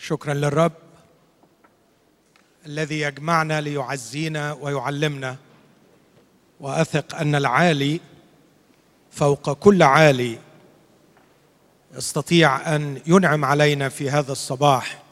شكرا للرب الذي يجمعنا ليعزينا ويعلمنا، وأثق أن العالي فوق كل عالي يستطيع أن ينعم علينا في هذا الصباح،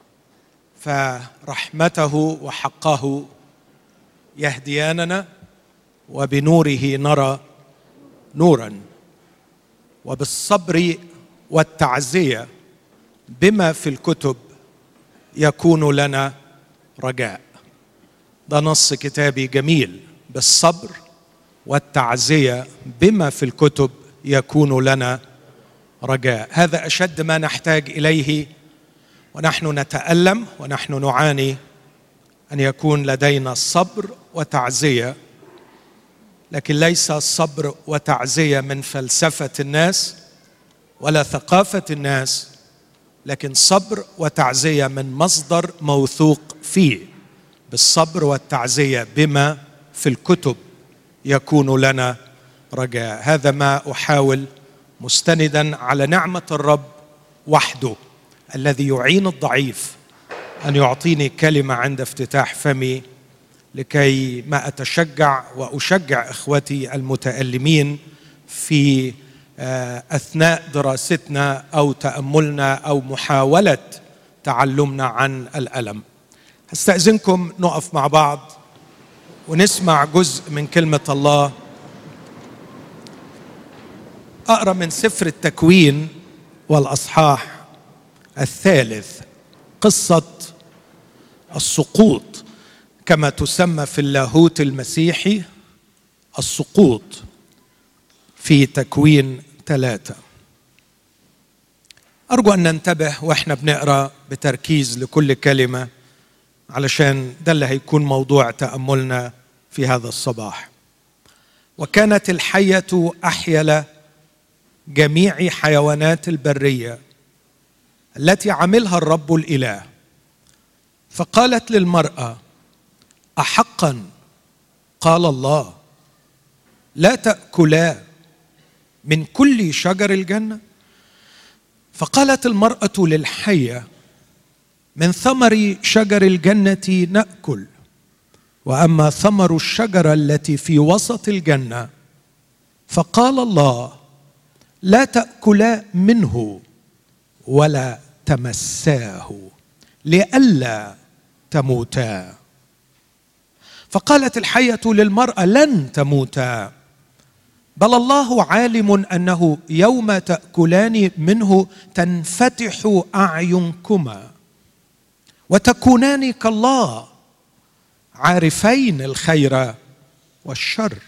فرحمته وحقه يهدياننا، وبنوره نرى نورا، وبالصبر والتعزية بما في الكتب يكون لنا رجاء. ده نص كتابي جميل، بالصبر والتعزية بما في الكتب يكون لنا رجاء. هذا أشد ما نحتاج إليه ونحن نتألم ونحن نعاني، أن يكون لدينا صبر وتعزية، لكن ليس صبر وتعزية من فلسفة الناس ولا ثقافة الناس، لكن صبر وتعزية من مصدر موثوق فيه. بالصبر والتعزية بما في الكتب يكون لنا رجاء. هذا ما أحاول مستندا على نعمة الرب وحده الذي يعين الضعيف أن يعطيني كلمة عند افتتاح فمي، لكي ما أتشجع وأشجع إخوتي المتألمين في أثناء دراستنا أو تأملنا أو محاولة تعلمنا عن الألم. هستأذنكم نقف مع بعض ونسمع جزء من كلمة الله. أقرأ من سفر التكوين والأصحاح 3، قصة السقوط كما تسمى في اللاهوت المسيحي السقوط في تكوين 3. أرجو أن ننتبه وإحنا بنقرأ بتركيز لكل كلمة، علشان ده اللي هيكون موضوع تأملنا في هذا الصباح. وكانت الحية أحيل جميع حيوانات البرية التي عملها الرب الإله، فقالت للمرأة: أحقا قال الله لا تأكلا من كل شجر الجنة؟ فقالت المرأة للحية: من ثمر شجر الجنة نأكل، وأما ثمر الشجرة التي في وسط الجنة فقال الله لا تأكلا منه ولا تمساه لئلا تموتا. فقالت الحية للمرأة: لن تموتا، بل الله عالم أنه يوم تأكلان منه تنفتح أعينكما وتكونان كالله عارفين الخير والشر.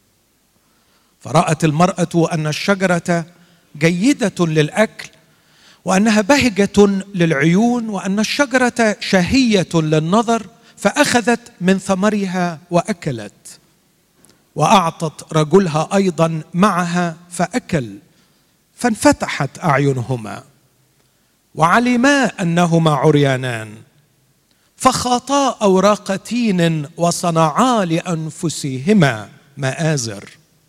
فرأت المرأة أن الشجرة جيدة للأكل، وأنها بهجة للعيون، وأن الشجرة شهية للنظر، فأخذت من ثمرها وأكلت، وأعطت رجلها أيضا معها فأكل، فانفتحت أعينهما وعلما أنهما عريانان، فخاطا أوراق تين وصنعا لأنفسهما مآزر.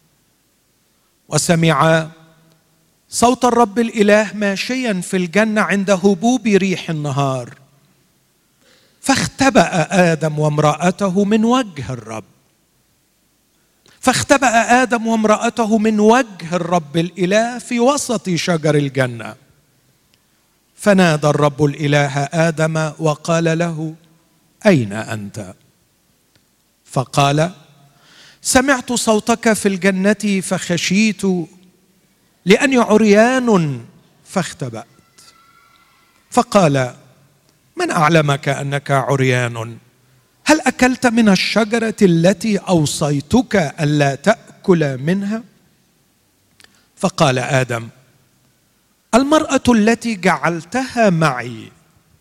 وسمعا صوت الرب الإله ماشيا في الجنة عند هبوب ريح النهار، فاختبأ آدم وامرأته من وجه الرب. فاختبأ آدم وامرأته من وجه الرب الإله في وسط شجر الجنة. فنادى الرب الإله آدم وقال له: أين أنت؟ فقال: سمعت صوتك في الجنة فخشيت لأني عريان فاختبأت. فقال: من أعلمك أنك عريان؟ هل أكلت من الشجرة التي أوصيتك ألا تأكل منها؟ فقال آدم: المرأة التي جعلتها معي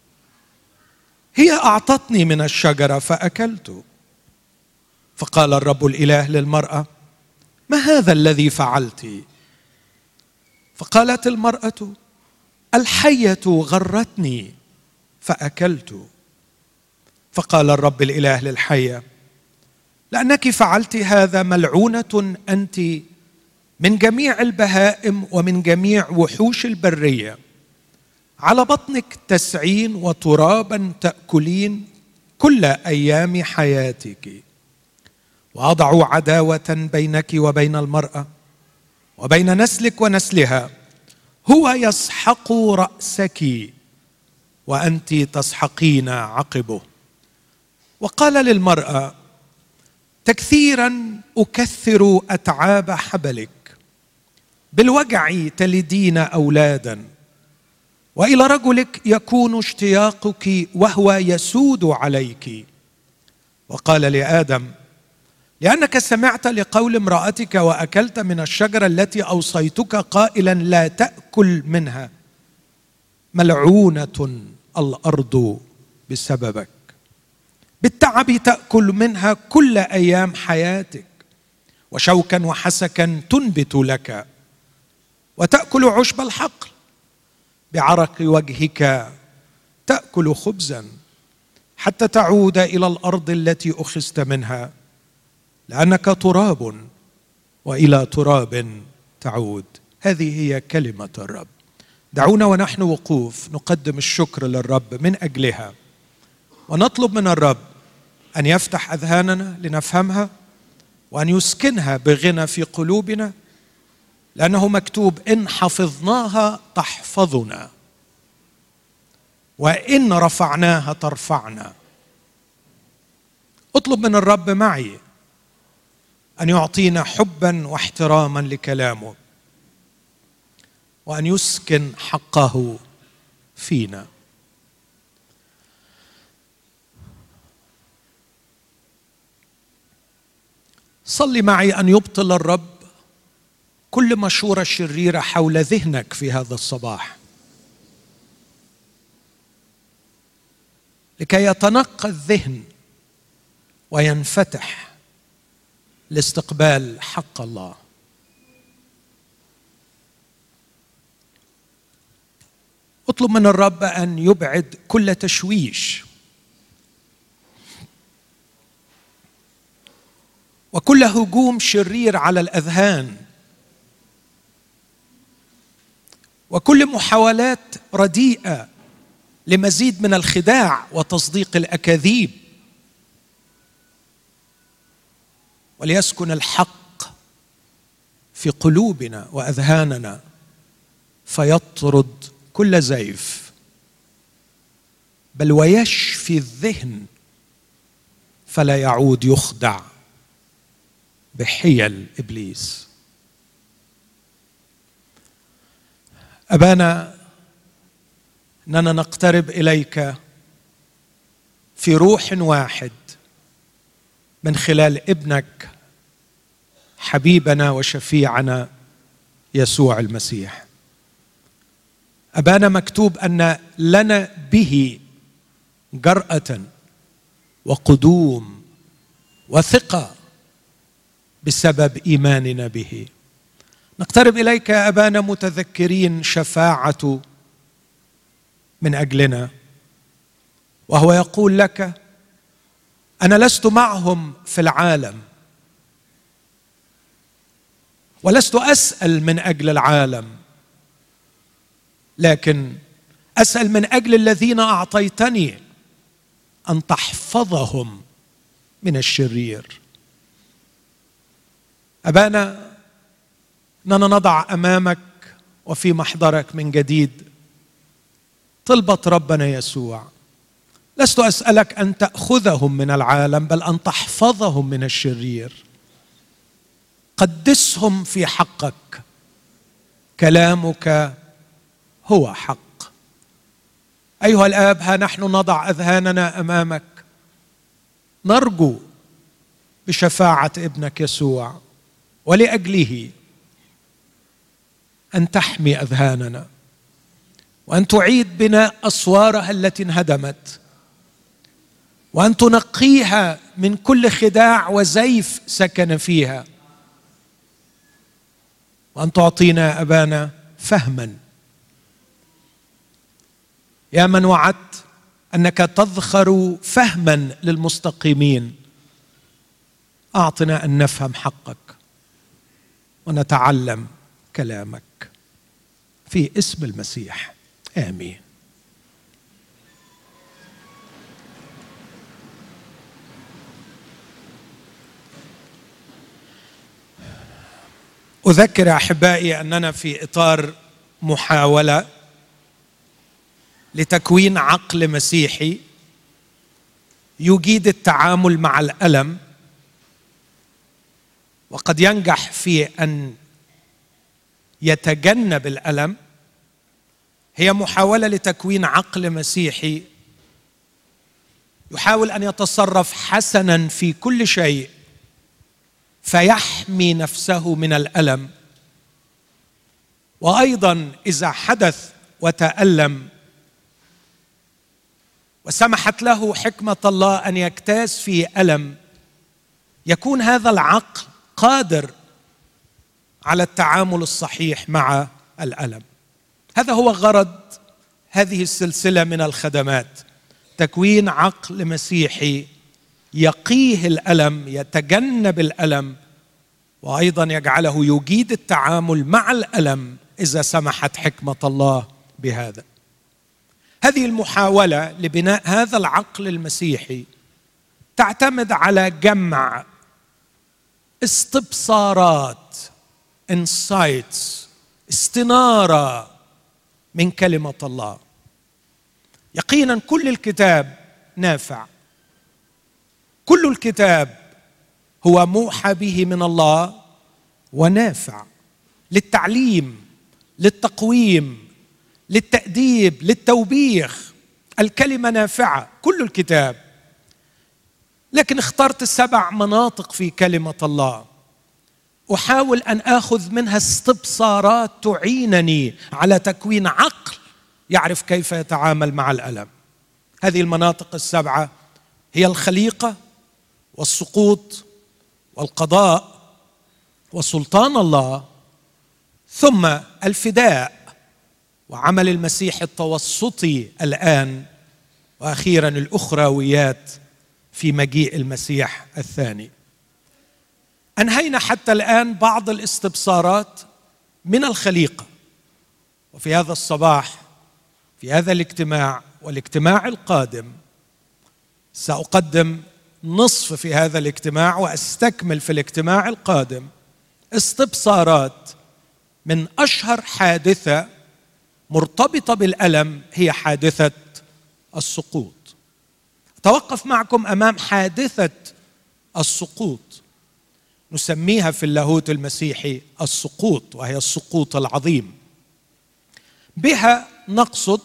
هي أعطتني من الشجرة فأكلت. فقال الرب الإله للمرأة: ما هذا الذي فعلت؟ فقالت المرأة: الحية غرتني فأكلت. فقال الرب الإله للحية: لأنك فعلت هذا ملعونة أنت من جميع البهائم ومن جميع وحوش البرية، على بطنك تسعين وترابا تأكلين كل أيام حياتك، وأضع عداوة بينك وبين المرأة وبين نسلك ونسلها، هو يسحق رأسك وأنت تسحقين عقبه. وقال للمرأة: تكثيرا أكثر أتعاب حبلك، بالوجع تلدين أولادا، وإلى رجلك يكون اشتياقك وهو يسود عليك. وقال لآدم: لأنك سمعت لقول امرأتك وأكلت من الشجرة التي أوصيتك قائلا لا تأكل منها، ملعونة الأرض بسببك، بالتعب تأكل منها كل أيام حياتك، وشوكا وحسكا تنبت لك، وتأكل عشب الحقل، بعرق وجهك تأكل خبزا، حتى تعود إلى الأرض التي أخذت منها، لأنك تراب وإلى تراب تعود. هذه هي كلمة الرب. دعونا ونحن وقوف نقدم الشكر للرب من أجلها، ونطلب من الرب أن يفتح أذهاننا لنفهمها، وأن يسكنها بغنى في قلوبنا، لأنه مكتوب: إن حفظناها تحفظنا، وإن رفعناها ترفعنا. اطلب من الرب معي أن يعطينا حبا واحتراما لكلامه، وأن يسكن حقه فينا. صلي معي أن يبطل الرب كل مشورة شريرة حول ذهنك في هذا الصباح، لكي يتنقى الذهن وينفتح لاستقبال حق الله. اطلب من الرب أن يبعد كل تشويش وكل هجوم شرير على الأذهان، وكل محاولات رديئة لمزيد من الخداع وتصديق الأكاذيب، وليسكن الحق في قلوبنا وأذهاننا فيطرد كل زيف، بل ويشفي الذهن فلا يعود يخدع بحيل إبليس. أبانا، إننا نقترب إليك في روح واحد من خلال ابنك حبيبنا وشفيعنا يسوع المسيح. أبانا، مكتوب أن لنا به جرأة وقدوم وثقة بسبب إيماننا به. نقترب إليك يا أبانا متذكرين شفاعته من أجلنا، وهو يقول لك: أنا لست معهم في العالم، ولست أسأل من أجل العالم، لكن أسأل من أجل الذين أعطيتني أن تحفظهم من الشرير. أبانا، إننا نضع أمامك وفي محضرك من جديد طلبة ربنا يسوع. لست أسألك أن تأخذهم من العالم، بل أن تحفظهم من الشرير. قدسهم في حقك، كلامك هو حق. أيها الآب، ها نحن نضع أذهاننا أمامك، نرجو بشفاعة ابنك يسوع ولأجله أن تحمي أذهاننا، وأن تعيد بنا أسوارها التي انهدمت، وأن تنقيها من كل خداع وزيف سكن فيها، وأن تعطينا أبانا فهما، يا من وعدت أنك تذخر فهما للمستقيمين. أعطنا أن نفهم حقك ونتعلم كلامك في اسم المسيح، آمين. أذكر يا أحبائي أننا في إطار محاولة لتكوين عقل مسيحي يجيد التعامل مع الألم، وقد ينجح في أن يتجنب الألم. هي محاولة لتكوين عقل مسيحي يحاول أن يتصرف حسناً في كل شيء فيحمي نفسه من الألم، وأيضاً إذا حدث وتألم وسمحت له حكمة الله أن يجتاز في ألم، يكون هذا العقل قادر على التعامل الصحيح مع الألم. هذا هو غرض هذه السلسلة من الخدمات، تكوين عقل مسيحي يقيه الألم، يتجنب الألم، وأيضا يجعله يجيد التعامل مع الألم إذا سمحت حكمة الله بهذا. هذه المحاولة لبناء هذا العقل المسيحي تعتمد على جمع استبصارات، insights، استنارة من كلمة الله. يقينا كل الكتاب نافع، كل الكتاب هو موحى به من الله ونافع للتعليم، للتقويم، للتأديب، للتوبيخ. الكلمة نافعة، كل الكتاب. لكن اخترت 7 مناطق في كلمة الله أحاول أن آخذ منها استبصارات تعينني على تكوين عقل يعرف كيف يتعامل مع الألم. هذه المناطق 7 هي الخليقة والسقوط والقضاء وسلطان الله، ثم الفداء وعمل المسيح التوسطي الآن، وأخيراً الأخرويات في مجيء المسيح الثاني. أنهينا حتى الآن بعض الاستبصارات من الخليقة، وفي هذا الصباح في هذا الاجتماع والاجتماع القادم سأقدم نصف في هذا الاجتماع وأستكمل في الاجتماع القادم استبصارات من أشهر حادثة مرتبطة بالألم، هي حادثة السقوط. أتوقف معكم أمام حادثة السقوط، نسميها في اللاهوت المسيحي السقوط، وهي السقوط العظيم. بها نقصد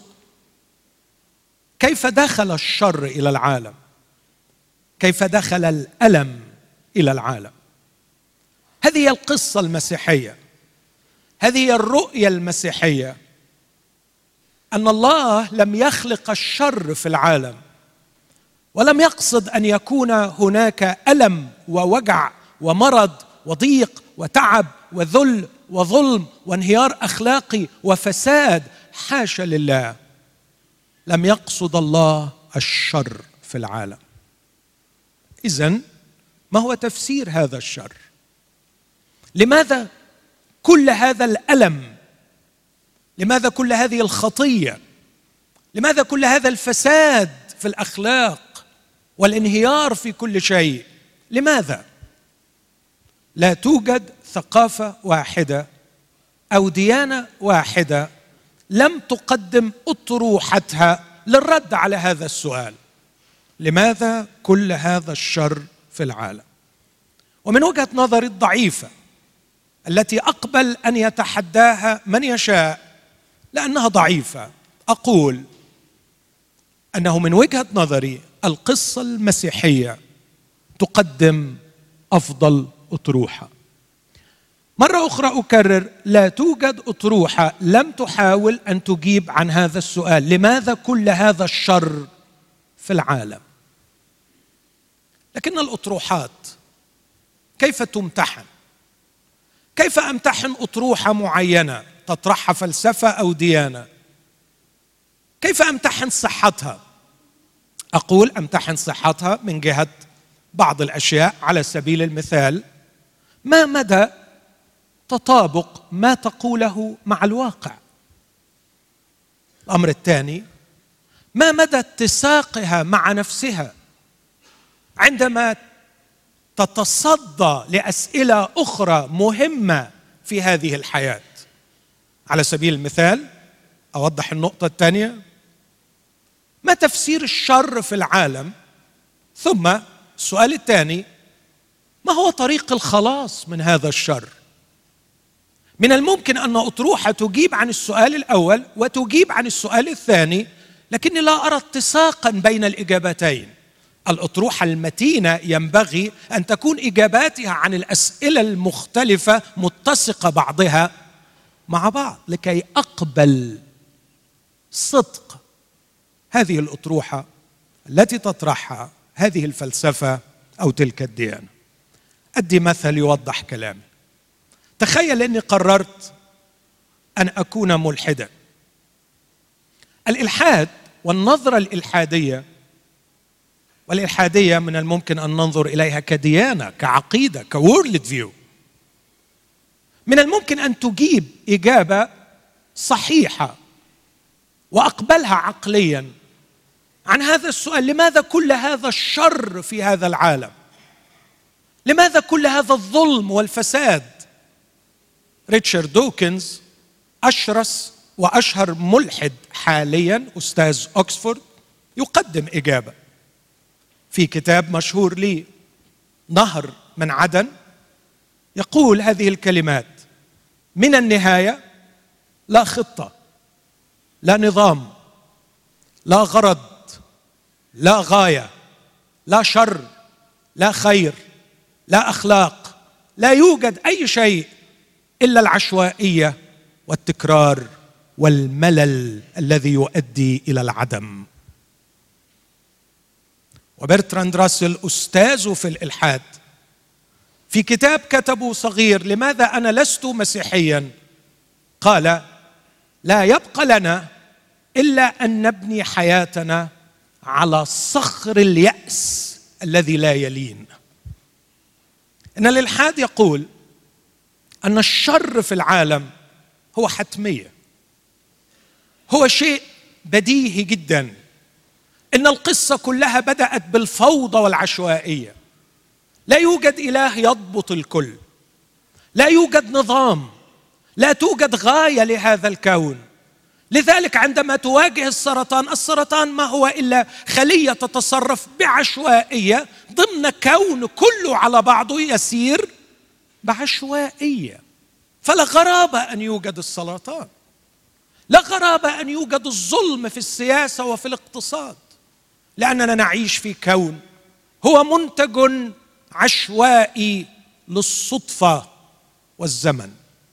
كيف دخل الشر إلى العالم، كيف دخل الألم إلى العالم. هذه هي القصة المسيحية، هذه هي الرؤية المسيحية، أن الله لم يخلق الشر في العالم، ولم يقصد أن يكون هناك ألم ووجع ومرض وضيق وتعب وذل وظلم وانهيار أخلاقي وفساد. حاشا لله، لم يقصد الله الشر في العالم. إذن ما هو تفسير هذا الشر؟ لماذا كل هذا الألم؟ لماذا كل هذه الخطية؟ لماذا كل هذا الفساد في الأخلاق والانهيار في كل شيء؟ لماذا؟ لا توجد ثقافة واحدة أو ديانة واحدة لم تقدم أطروحتها للرد على هذا السؤال: لماذا كل هذا الشر في العالم؟ ومن وجهة نظري الضعيفة التي أقبل أن يتحداها من يشاء لأنها ضعيفة، أقول أنه من وجهة نظري القصة المسيحية تقدم أفضل أطروحة. مرة أخرى أكرر، لا توجد أطروحة لم تحاول أن تجيب عن هذا السؤال: لماذا كل هذا الشر في العالم؟ لكن الأطروحات كيف تمتحن؟ كيف أمتحن أطروحة معينة تطرحها فلسفة أو ديانة؟ كيف أمتحن صحتها؟ أقول أمتحن صحتها من جهة بعض الأشياء. على سبيل المثال، ما مدى تطابق ما تقوله مع الواقع؟ الأمر الثاني، ما مدى اتساقها مع نفسها عندما تتصدى لأسئلة أخرى مهمة في هذه الحياة. على سبيل المثال أوضح النقطة الثانية: ما تفسير الشر في العالم؟ ثم السؤال الثاني: ما هو طريق الخلاص من هذا الشر؟ من الممكن أن أطروحة تجيب عن السؤال الأول وتجيب عن السؤال الثاني، لكني لا أرى اتساقا بين الإجابتين. الأطروحة المتينة ينبغي أن تكون إجاباتها عن الأسئلة المختلفة متسقة بعضها مع بعض، لكي أقبل صدق هذه الأطروحة التي تطرحها هذه الفلسفة أو تلك الديانة. أدي مثل يوضح كلامي. تخيل أني قررت أن أكون ملحدا. الإلحاد والنظرة الإلحادية، والإلحادية من الممكن أن ننظر إليها كديانة، كعقيدة، كورلد فيو، من الممكن أن تجيب إجابة صحيحة وأقبلها عقليا عن هذا السؤال: لماذا كل هذا الشر في هذا العالم؟ لماذا كل هذا الظلم والفساد؟ ريتشارد دوكنز، أشرس وأشهر ملحد حاليا، أستاذ أكسفورد، يقدم إجابة في كتاب مشهور لي، نهر من عدن. يقول هذه الكلمات: من النهاية لا خطة، لا نظام، لا غرض، لا غاية، لا شر، لا خير، لا أخلاق، لا يوجد أي شيء إلا العشوائية والتكرار والملل الذي يؤدي إلى العدم. وبرتراند راسل، أستاذ في الإلحاد، في كتاب كتبه صغير: لماذا أنا لست مسيحيا؟ قال: لا يبقى لنا إلا أن نبني حياتنا على صخر اليأس الذي لا يلين. إن الإلحاد يقول أن الشر في العالم هو حتمية، هو شيء بديهي جدا. إن القصة كلها بدأت بالفوضى والعشوائية. لا يوجد إله يضبط الكل، لا يوجد نظام، لا توجد غاية لهذا الكون. لذلك عندما تواجه السرطان ما هو إلا خلية تتصرف بعشوائية ضمن كون كله على بعضه يسير بعشوائية. فلا غرابة أن يوجد السرطان، لا غرابة أن يوجد الظلم في السياسة وفي الاقتصاد، لأننا نعيش في كون هو منتج عشوائي للصدفة والزمن.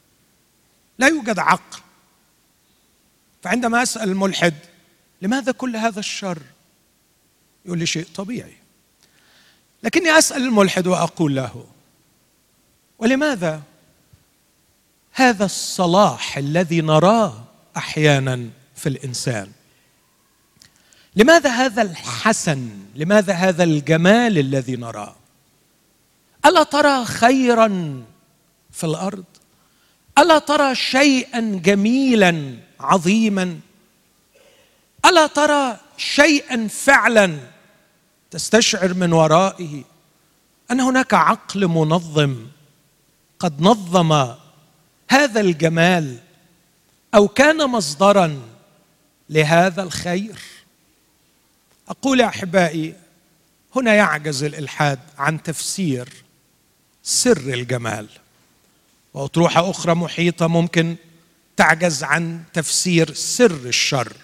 لا يوجد عقل. فعندما أسأل الملحد: لماذا كل هذا الشر؟ يقول لي شيء طبيعي. لكني أسأل الملحد وأقول له: ولماذا هذا الصلاح الذي نراه أحيانا في الإنسان؟ لماذا هذا الحسن؟ لماذا هذا الجمال الذي نراه؟ ألا ترى خيرا في الأرض؟ ألا ترى شيئا جميلا عظيما؟ ألا ترى شيئا فعلا تستشعر من ورائه أن هناك عقل منظم قد نظم هذا الجمال أو كان مصدرا لهذا الخير؟ أقول يا أحبائي، هنا يعجز الإلحاد عن تفسير سر الجمال، وأطروحة أخرى محيطة ممكن تعجز عن تفسير سر الشر.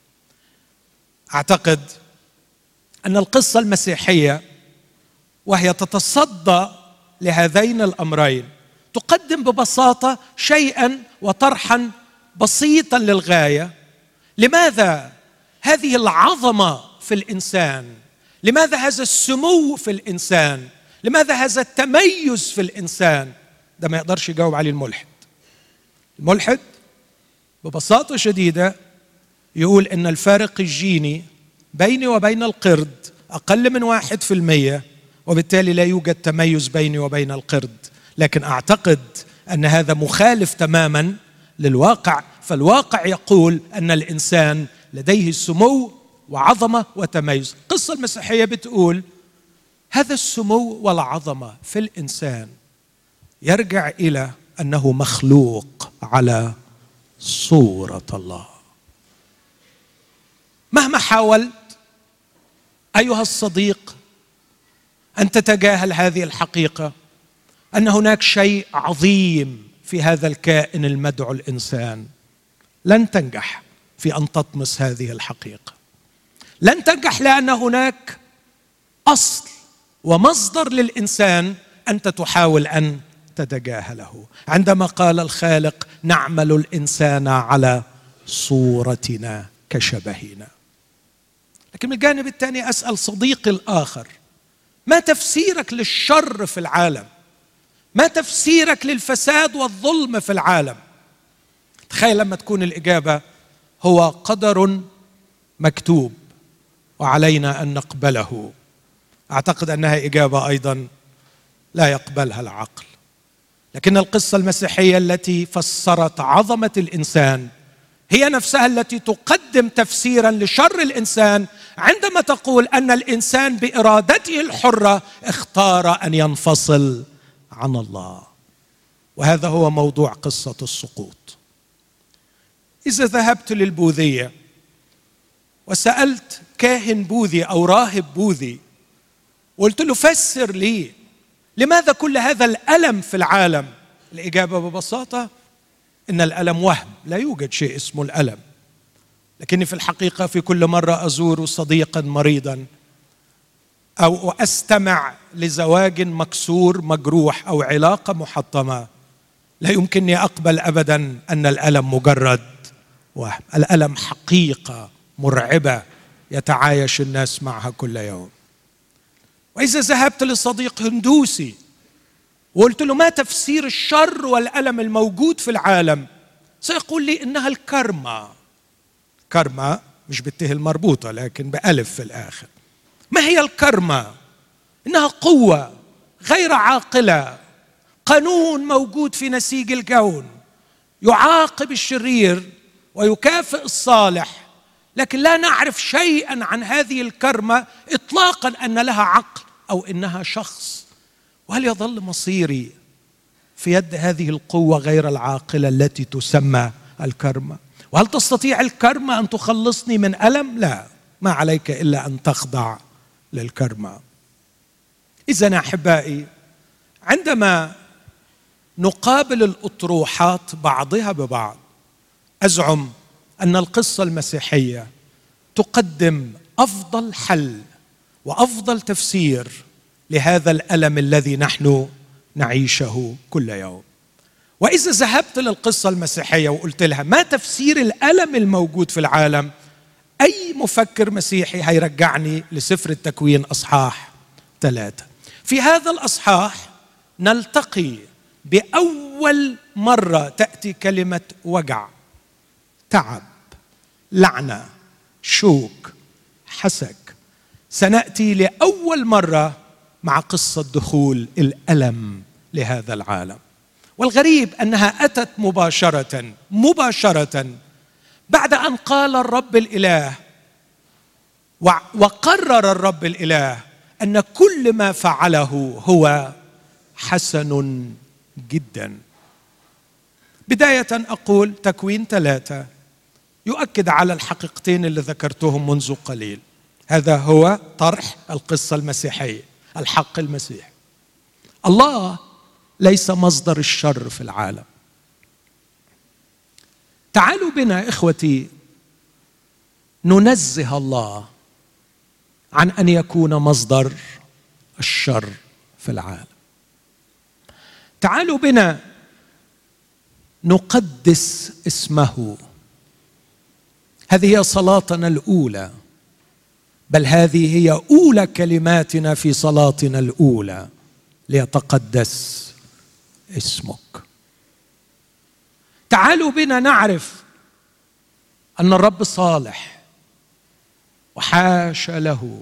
أعتقد أن القصة المسيحية وهي تتصدى لهذين الأمرين تقدم ببساطة شيئا وطرحا بسيطا للغاية. لماذا هذه العظمة في الإنسان؟ لماذا هذا السمو في الإنسان؟ لماذا هذا التميز في الإنسان؟ ده ما يقدرش يجاوب عليه الملحد. الملحد ببساطة شديدة يقول إن الفارق الجيني بيني وبين القرد أقل من 1%، وبالتالي لا يوجد تميز بيني وبين القرد. لكن أعتقد أن هذا مخالف تماما للواقع. فالواقع يقول أن الإنسان لديه سمو وعظمة وتميز. القصة المسيحية بتقول هذا السمو والعظمة في الإنسان يرجع إلى أنه مخلوق على صورة الله. مهما حاولت أيها الصديق أن تتجاهل هذه الحقيقة، أن هناك شيء عظيم في هذا الكائن المدعو الإنسان، لن تنجح في أن تطمس هذه الحقيقة. لن تنجح لأن هناك أصل ومصدر للإنسان أنت تحاول أن تتجاهله. عندما قال الخالق نعمل الإنسان على صورتنا كشبهنا. لكن من الجانب الثاني أسأل صديقي الآخر، ما تفسيرك للشر في العالم؟ ما تفسيرك للفساد والظلم في العالم؟ تخيل لما تكون الإجابة هو قدر مكتوب وعلينا أن نقبله. أعتقد أنها إجابة أيضا لا يقبلها العقل. لكن القصة المسيحية التي فسرت عظمة الإنسان هي نفسها التي تقدم تفسيرا لشر الإنسان، عندما تقول أن الإنسان بإرادته الحرة اختار أن ينفصل عن الله. وهذا هو موضوع قصة السقوط. إذا ذهبت للبوذية وسألت كاهن بوذي أو راهب بوذي وقلت له فسر لي لماذا كل هذا الألم في العالم، الإجابة ببساطة إن الألم وهم، لا يوجد شيء اسمه الألم. لكني في الحقيقة في كل مرة أزور صديقا مريضا أو أستمع لزواج مكسور مجروح أو علاقة محطمة، لا يمكنني أقبل أبدا أن الألم مجرد وهم. الألم حقيقة مرعبة يتعايش الناس معها كل يوم. وإذا ذهبت لصديق هندوسي وقلت له ما تفسير الشر والألم الموجود في العالم، سيقول لي إنها الكارما. كارما مش بالته المربوطة لكن بألف في الآخر. ما هي الكارما؟ إنها قوة غير عاقلة، قانون موجود في نسيج الكون يعاقب الشرير ويكافئ الصالح، لكن لا نعرف شيئا عن هذه الكارما إطلاقا أن لها عقل أو إنها شخص. وهل يظل مصيري في يد هذه القوة غير العاقلة التي تسمى الكارما؟ وهل تستطيع الكارما أن تخلصني من ألم؟ لا، ما عليك إلا أن تخضع للكارما. إذن أحبائي، عندما نقابل الأطروحات بعضها ببعض، أزعم أن القصة المسيحية تقدم أفضل حل وأفضل تفسير لهذا الألم الذي نحن نعيشه كل يوم. وإذا ذهبت للقصة المسيحية وقلت لها ما تفسير الألم الموجود في العالم، أي مفكر مسيحي هيرجعني لسفر التكوين أصحاح 3. في هذا الأصحاح نلتقي بأول مرة تأتي كلمة وجع، تعب، لعنة، شوك، حسك. سنأتي لأول مرة مع قصة دخول الألم لهذا العالم. والغريب أنها أتت مباشرة بعد أن قال الرب الإله وقرر الرب الإله أن كل ما فعله هو حسن جدا. بداية أقول تكوين 3 يؤكد على الحقيقتين اللي ذكرتهم منذ قليل. هذا هو طرح القصة المسيحية، الحق المسيحي. الله ليس مصدر الشر في العالم. تعالوا بنا إخوتي ننزه الله عن أن يكون مصدر الشر في العالم. تعالوا بنا نقدس اسمه. هذه هي صلاتنا الأولى، بل هذه هي أولى كلماتنا في صلاتنا الأولى: ليتقدس اسمك. تعالوا بنا نعرف أن الرب صالح، وحاش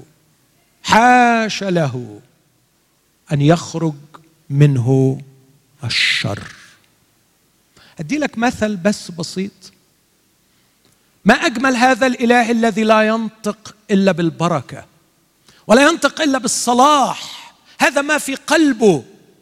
له أن يخرج منه الشر. أدي لك مثل بس بسيط. ما أجمل هذا الإله الذي لا ينطق إلا بالبركة ولا ينطق إلا بالصلاح. هذا ما في قلبه.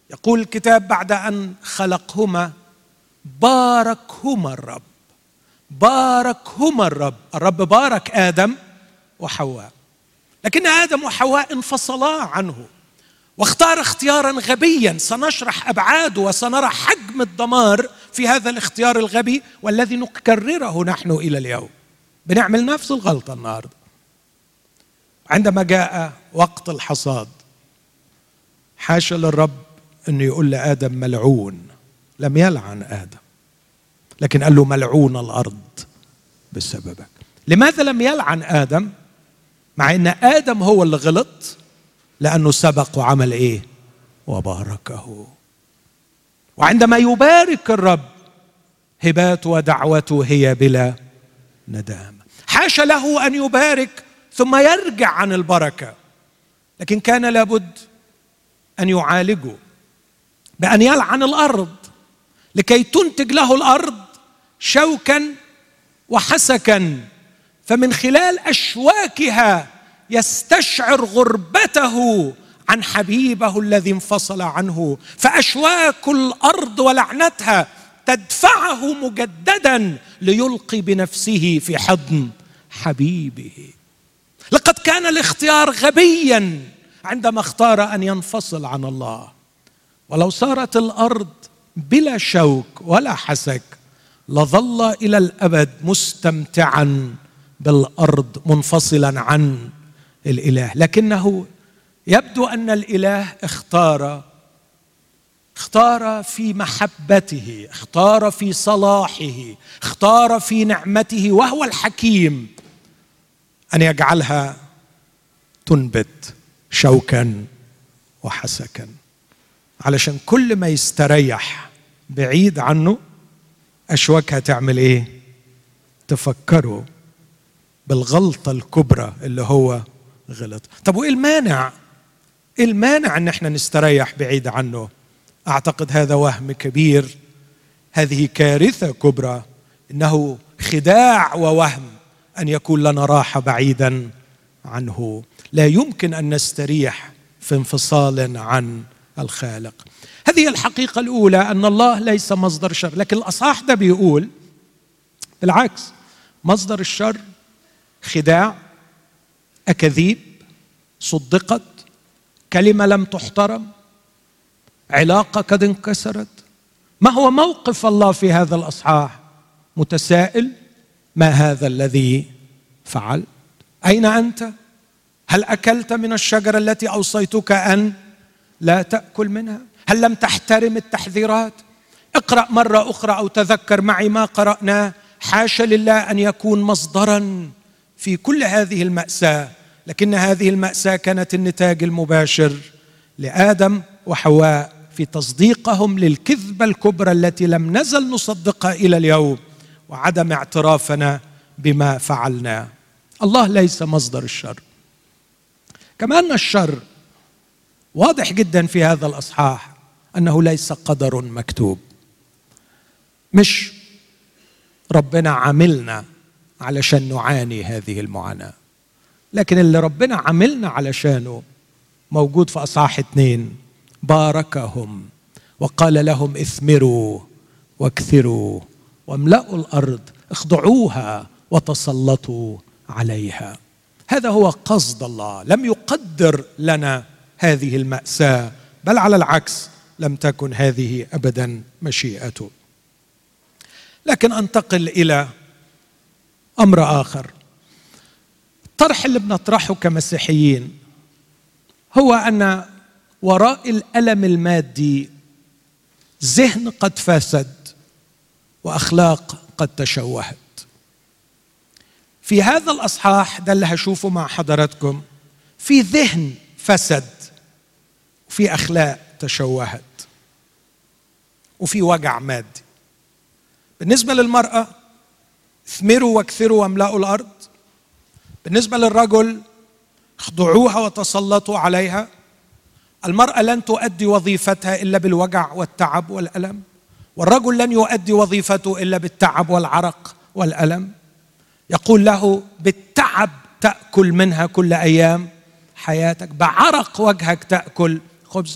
يقول الكتاب بعد أن خلقهما باركهما الرب. باركهما الرب. الرب بارك آدم وحواء، لكن آدم وحواء انفصلا عنه واختار اختيارا غبيا سنشرح أبعاده وسنرى حجم الدمار في هذا الاختيار الغبي والذي نكرره نحن إلى اليوم. بنعمل نفس الغلطة النهاردة. عندما جاء وقت الحصاد حاشا للرب أنه يقول لآدم ملعون، لم يلعن آدم لكن قال له ملعون الأرض بسببك. لماذا لم يلعن آدم مع أن آدم هو اللي غلط؟ لأنه سبق وعمل إيه؟ وباركه. وعندما يبارك الرب هباته ودعوته هي بلا ندامة. حاشا له أن يبارك ثم يرجع عن البركة، لكن كان لابد أن يعالجه بأن يلعن الأرض لكي تنتج له الأرض شوكا وحسكا، فمن خلال أشواكها يستشعر غربته عن حبيبه الذي انفصل عنه. فأشواك الأرض ولعنتها تدفعه مجددا ليلقي بنفسه في حضن حبيبه. لقد كان الاختيار غبيا عندما اختار أن ينفصل عن الله. ولو صارت الأرض بلا شوك ولا حسك لظل إلى الأبد مستمتعا بالأرض منفصلا عن الإله. لكنه يبدو أن الإله اختار في محبته، اختار في صلاحه، اختار في نعمته وهو الحكيم أن يجعلها تنبت شوكا وحسكا، علشان كل ما يستريح بعيد عنه أشواكها تعمل إيه؟ تفكروا بالغلطة الكبرى اللي هو غلط. طب وإيه المانع؟ إيه المانع أن احنا نستريح بعيد عنه؟ أعتقد هذا وهم كبير، هذه كارثة كبرى، إنه خداع ووهم أن يكون لنا راحة بعيدا عنه. لا يمكن أن نستريح في انفصال عن الخالق. هذه الحقيقة الأولى، أن الله ليس مصدر شر. لكن الأصحاح ده بيقول بالعكس، مصدر الشر خداع، أكاذيب صدقت، كلمة لم تحترم، علاقة قد انكسرت. ما هو موقف الله في هذا الأصحاح؟ متسائل: ما هذا الذي فعلت؟ أين أنت؟ هل أكلت من الشجرة التي أوصيتك أن لا تأكل منها؟ هل لم تحترم التحذيرات؟ اقرأ مرة أخرى أو تذكر معي ما قرأناه. حاشا لله أن يكون مصدراً في كل هذه المأساة، لكن هذه المأساة كانت النتاج المباشر لآدم وحواء في تصديقهم للكذبة الكبرى التي لم نزل نصدقها إلى اليوم، وعدم اعترافنا بما فعلناه. الله ليس مصدر الشر. كما أن الشر واضح جدا في هذا الأصحاح أنه ليس قدر مكتوب. مش ربنا عملنا علشان نعاني هذه المعاناة، لكن اللي ربنا عملنا علشانه موجود في أصحاح 2. باركهم وقال لهم اثمروا واكثروا واملأوا الأرض، اخضعوها وتسلطوا عليها. هذا هو قصد الله. لم يقدر لنا هذه المأساة، بل على العكس، لم تكن هذه أبدا مشيئته. لكن أنتقل إلى أمر آخر. الطرح اللي بنطرحه كمسيحيين هو أن وراء الألم المادي ذهن قد فسد وأخلاق قد تشوهت. في هذا الأصحاح ده اللي هشوفه مع حضراتكم، في ذهن فسد وفي أخلاق تشوهت وفي وجع مادي. بالنسبة للمرأة اثمروا واكثروا واملأوا الأرض. بالنسبة للرجل اخضعوها وتسلطوا عليها. المرأة لن تؤدي وظيفتها إلا بالوجع والتعب والألم، والرجل لن يؤدي وظيفته إلا بالتعب والعرق والألم. يقول له بالتعب تأكل منها كل أيام حياتك، بعرق وجهك تأكل خبز.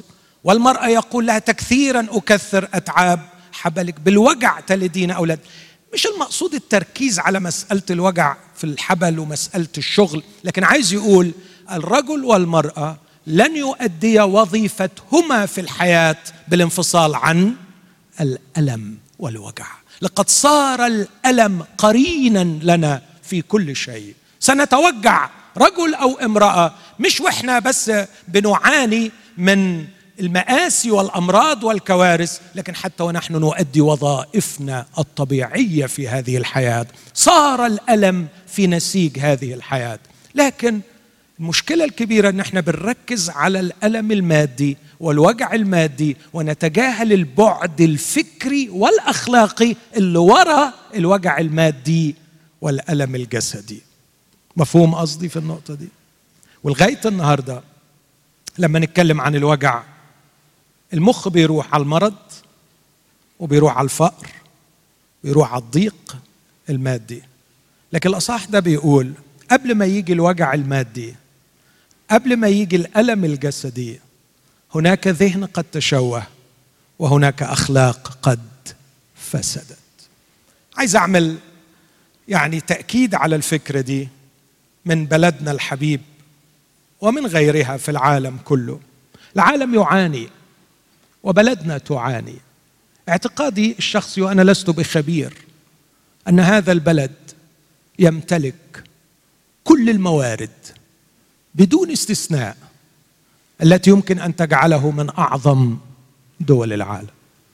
والمرأة يقول لها تكثيرا أكثر أتعاب حبلك، بالوجع تلدين أولاد. مش المقصود التركيز على مسألة الوجع في الحبل ومسألة الشغل، لكن عايز يقول الرجل والمرأة لن يؤديا وظيفتهما في الحياة بالانفصال عن الألم والوجع. لقد صار الألم قرينا لنا في كل شيء. سنتوجع رجل أو امرأة، مش وإحنا بس بنعاني من المآسي والأمراض والكوارث، لكن حتى ونحن نؤدي وظائفنا الطبيعية في هذه الحياة صار الألم في نسيج هذه الحياة. لكن المشكلة الكبيرة أن احنا بنركز على الألم المادي والوجع المادي ونتجاهل البعد الفكري والأخلاقي اللي وراء الوجع المادي والألم الجسدي. مفهوم قصدي في النقطة دي؟ ولغاية النهاردة لما نتكلم عن الوجع، المخ بيروح على المرض وبيروح على الفقر ويروح على الضيق المادي. لكن الأصحاح ده بيقول قبل ما يجي الوجع المادي، قبل ما يجي الألم الجسدي، هناك ذهن قد تشوه وهناك أخلاق قد فسدت. عايز أعمل تأكيد على الفكرة دي من بلدنا الحبيب ومن غيرها في العالم كله. العالم يعاني وبلدنا تعاني. اعتقادي الشخصي، وأنا لست بخبير، أن هذا البلد يمتلك كل الموارد بدون استثناء التي يمكن أن تجعله من أعظم دول العالم.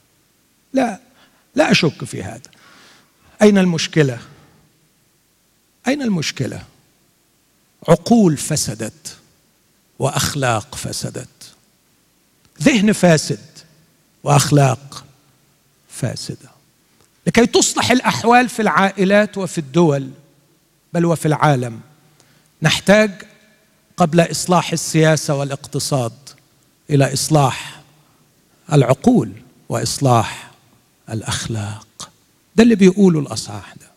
لا أشك في هذا. أين المشكلة؟ أين المشكلة؟ عقول فسدت وأخلاق فسدت، ذهن فاسد وأخلاق فاسدة. لكي تصلح الأحوال في العائلات وفي الدول بل وفي العالم، نحتاج قبل إصلاح السياسة والاقتصاد إلى إصلاح العقول وإصلاح الأخلاق. ده اللي بيقوله الأصحاح ده.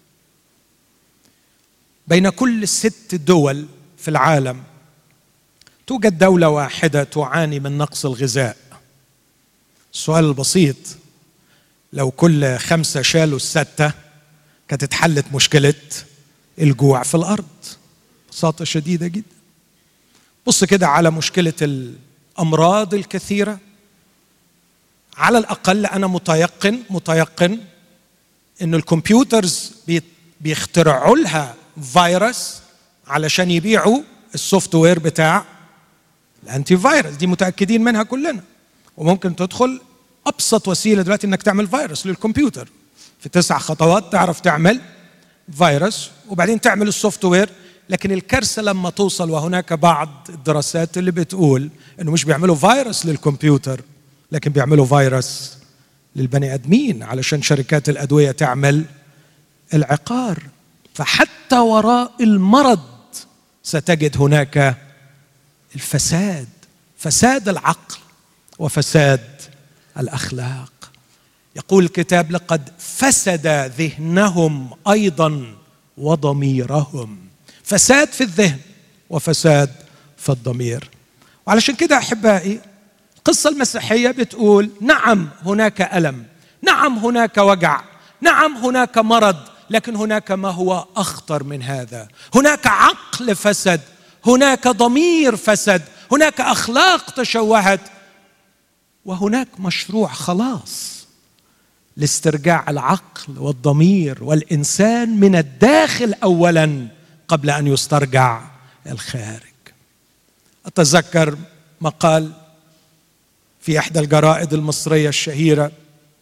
بين كل 6 دول في العالم توجد دولة واحدة تعاني من نقص الغذاء. السؤال البسيط، لو كل 5 شالوا 6 كانت اتحلت مشكلة الجوع في الأرض. ببساطة شديدة جدا. بص كده على مشكلة الأمراض الكثيرة. على الأقل أنا متيقن إن الكمبيوترز بيخترعوا لها فيروس علشان يبيعوا السوفت وير بتاع الانتي فيروس. دي متأكدين منها كلنا. وممكن تدخل أبسط وسيلة دلوقتي إنك تعمل فيروس للكمبيوتر، في 9 خطوات تعرف تعمل فيروس وبعدين تعمل السوفت وير. لكن الكارثة لما توصل، وهناك بعض الدراسات اللي بتقول إنه مش بيعملوا فيروس للكمبيوتر لكن بيعملوا فيروس للبني آدمين علشان شركات الأدوية تعمل العقار. فحتى وراء المرض ستجد هناك الفساد، فساد العقل وفساد الأخلاق. يقول الكتاب لقد فسد ذهنهم أيضا وضميرهم. فساد في الذهن وفساد في الضمير. وعلشان كده أحبائي، القصة المسيحية بتقول نعم هناك ألم، نعم هناك وجع، نعم هناك مرض، لكن هناك ما هو أخطر من هذا. هناك عقل فسد، هناك ضمير فسد، هناك أخلاق تشوهت، وهناك مشروع خلاص لاسترجاع العقل والضمير والإنسان من الداخل أولا قبل أن يسترجع الخارج. أتذكر مقال في إحدى الجرائد المصرية الشهيرة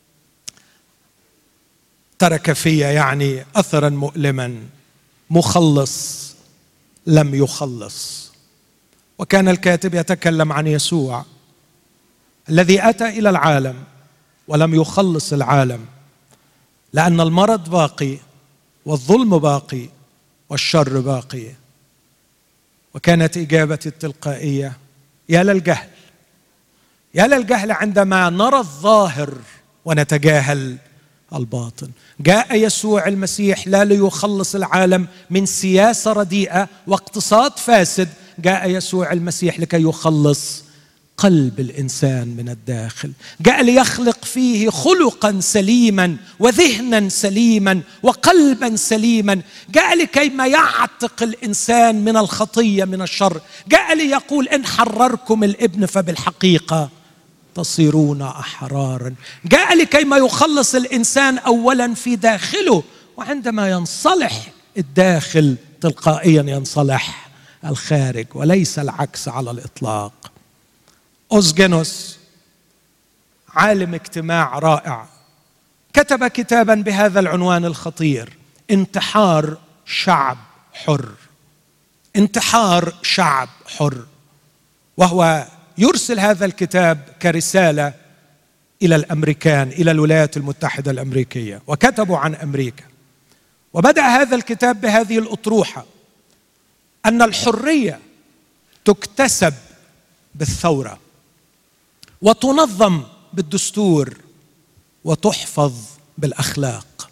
ترك في أثرا مؤلما: مخلص لم يخلص. وكان الكاتب يتكلم عن يسوع الذي أتى إلى العالم ولم يخلص العالم، لأن المرض باقي والظلم باقي والشر باقي. وكانت إجابتي التلقائية: يا للجهل، يا للجهل عندما نرى الظاهر ونتجاهل الباطن. جاء يسوع المسيح لا ليخلص العالم من سياسة رديئة واقتصاد فاسد، جاء يسوع المسيح لكي يخلص قلب الإنسان من الداخل، جاء ليخلق فيه خلقا سليما وذهنا سليما وقلبا سليما، جاء لكيما يعتق الإنسان من الخطية من الشر، جاء ليقول إن حرركم الابن فبالحقيقة تصيرون أحرارا، جاء لكيما يخلص الإنسان أولا في داخله، وعندما ينصلح الداخل تلقائيا ينصلح الخارج، وليس العكس على الإطلاق. أوزجينوس عالم اجتماع رائع كتب كتابا بهذا العنوان الخطير: انتحار شعب حر. انتحار شعب حر. وهو يرسل هذا الكتاب كرسالة إلى الأمريكان، إلى الولايات المتحدة الأمريكية، وكتبوا عن أمريكا. وبدأ هذا الكتاب بهذه الأطروحة: أن الحرية تكتسب بالثورة، وتنظم بالدستور، وتحفظ بالأخلاق.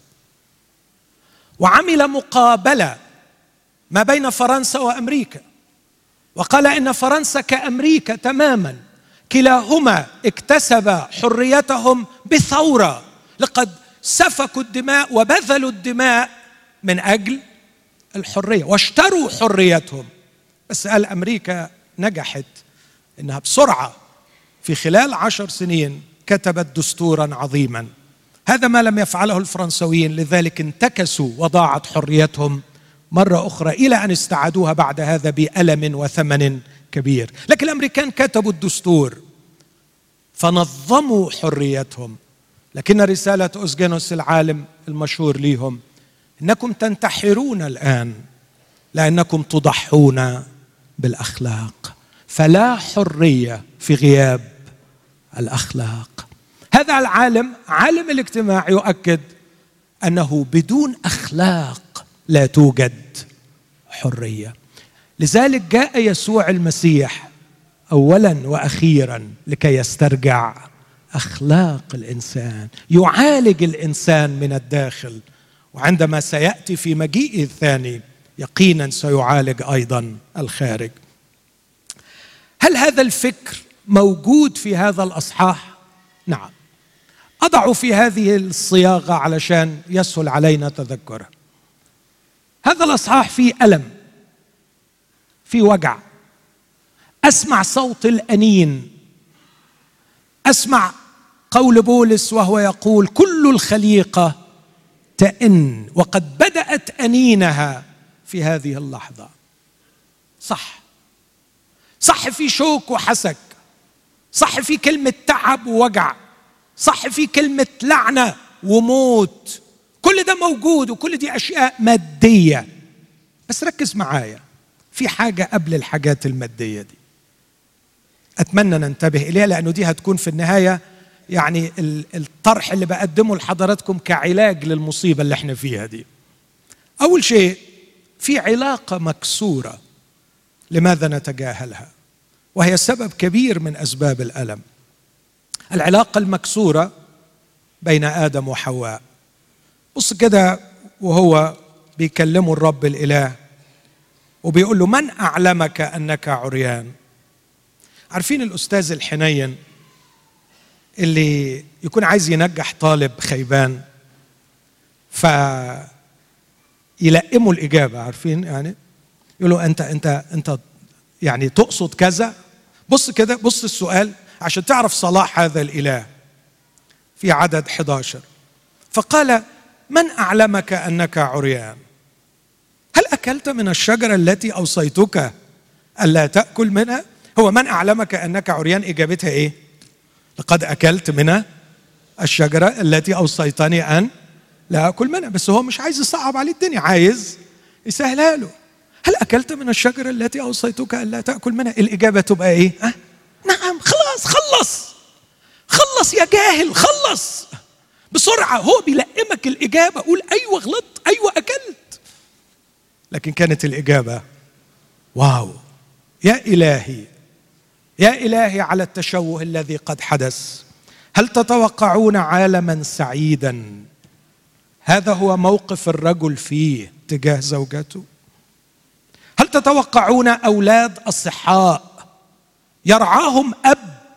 وعمل مقابلة ما بين فرنسا وأمريكا، وقال إن فرنسا كأمريكا تماما، كلاهما اكتسب حريتهم بثورة، لقد سفكوا الدماء وبذلوا الدماء من أجل الحرية واشتروا حريتهم. بس قال أمريكا نجحت إنها بسرعة في خلال 10 سنين كتبت دستورا عظيما. هذا ما لم يفعله الفرنسويين، لذلك انتكسوا وضاعت حريتهم مرة أخرى إلى أن استعادوها بعد هذا بألم وثمن كبير. لكن الأمريكان كتبوا الدستور فنظموا حريتهم. لكن رسالة أوزجينوس العالم المشهور ليهم: إنكم تنتحرون الآن لأنكم تضحون بالأخلاق، فلا حرية في غياب الأخلاق. هذا العالم عالم الاجتماع يؤكد أنه بدون أخلاق لا توجد حرية. لذلك جاء يسوع المسيح أولا وأخيرا لكي يسترجع أخلاق الإنسان، يعالج الإنسان من الداخل، وعندما سيأتي في مجيئه الثاني يقينا سيعالج أيضا الخارج. هل هذا الفكر موجود في هذا الأصحاح؟ نعم. أضع في هذه الصياغة علشان يسهل علينا تذكرها. هذا الأصحاح فيه ألم، فيه وجع. أسمع صوت الأنين، أسمع قول بولس وهو يقول: كل الخليقة تئن، وقد بدأت أنينها في هذه اللحظة. صح في شوك وحسك، صح في كلمة تعب ووجع، صح في كلمة لعنة وموت، كل ده موجود، وكل دي أشياء مادية. بس ركز معايا في حاجة قبل الحاجات المادية دي أتمنى ننتبه إليها، لأنه دي هتكون في النهاية يعني الطرح اللي بقدمه لحضراتكم كعلاج للمصيبة اللي احنا فيها دي. أول شيء، في علاقة مكسورة. لماذا نتجاهلها؟ وهي سبب كبير من أسباب الألم. العلاقة المكسورة بين آدم وحواء. بص كده وهو بيكلمه الرب الإله وبيقول له: من أعلمك أنك عريان؟ عارفين الأستاذ الحنين اللي يكون عايز ينجح طالب خيبان فيلقمه الإجابة، عارفين يعني؟ يقول له أنت يعني تقصد كذا؟ بص كده، بص السؤال عشان تعرف صلاح هذا الإله. في عدد 11: فقال: من أعلمك أنك عريان؟ هل أكلت من الشجرة التي أوصيتك ألا تأكل منها؟ هو من أعلمك أنك عريان إجابتها إيه؟ لقد أكلت من الشجرة التي أوصيتني أن لا أكل منها. بس هو مش عايز يصعب عليه الدنيا، عايز يسهلها له. هل أكلت من الشجرة التي أوصيتك ألا تأكل منها؟ الإجابة تبقى إيه؟ نعم. خلص يا جاهل، خلص بسرعة. هو بيلقمك الإجابة، قول أيوة غلطت، أيوة أكلت. لكن كانت الإجابة: واو، يا إلهي على التشوه الذي قد حدث. هل تتوقعون عالما سعيدا هذا هو موقف الرجل فيه تجاه زوجته؟ هل تتوقعون أولاد أصحاء يرعاهم أب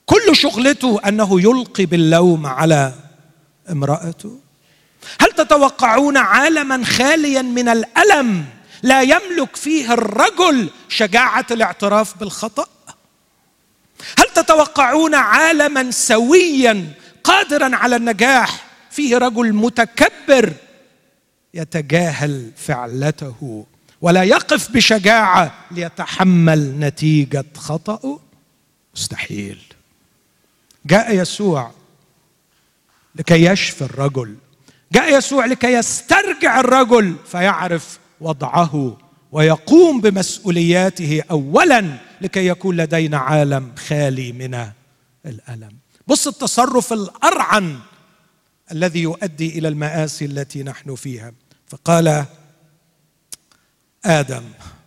كل شغلته أنه يلقي باللوم على امرأته؟ هل تتوقعون عالما خاليا من الألم لا يملك فيه الرجل شجاعة الاعتراف بالخطأ؟ هل تتوقعون عالما سويا قادرا على النجاح فيه رجل متكبر يتجاهل فعلته ولا يقف بشجاعة ليتحمل نتيجة خطأه؟ مستحيل. جاء يسوع لكي يشفي الرجل، جاء يسوع لكي يسترجع الرجل فيعرف وضعه ويقوم بمسؤولياته أولا لكي يكون لدينا عالم خالي من الألم. بص التصرف الأرعن الذي يؤدي إلى المآسي التي نحن فيها. فقال آدم: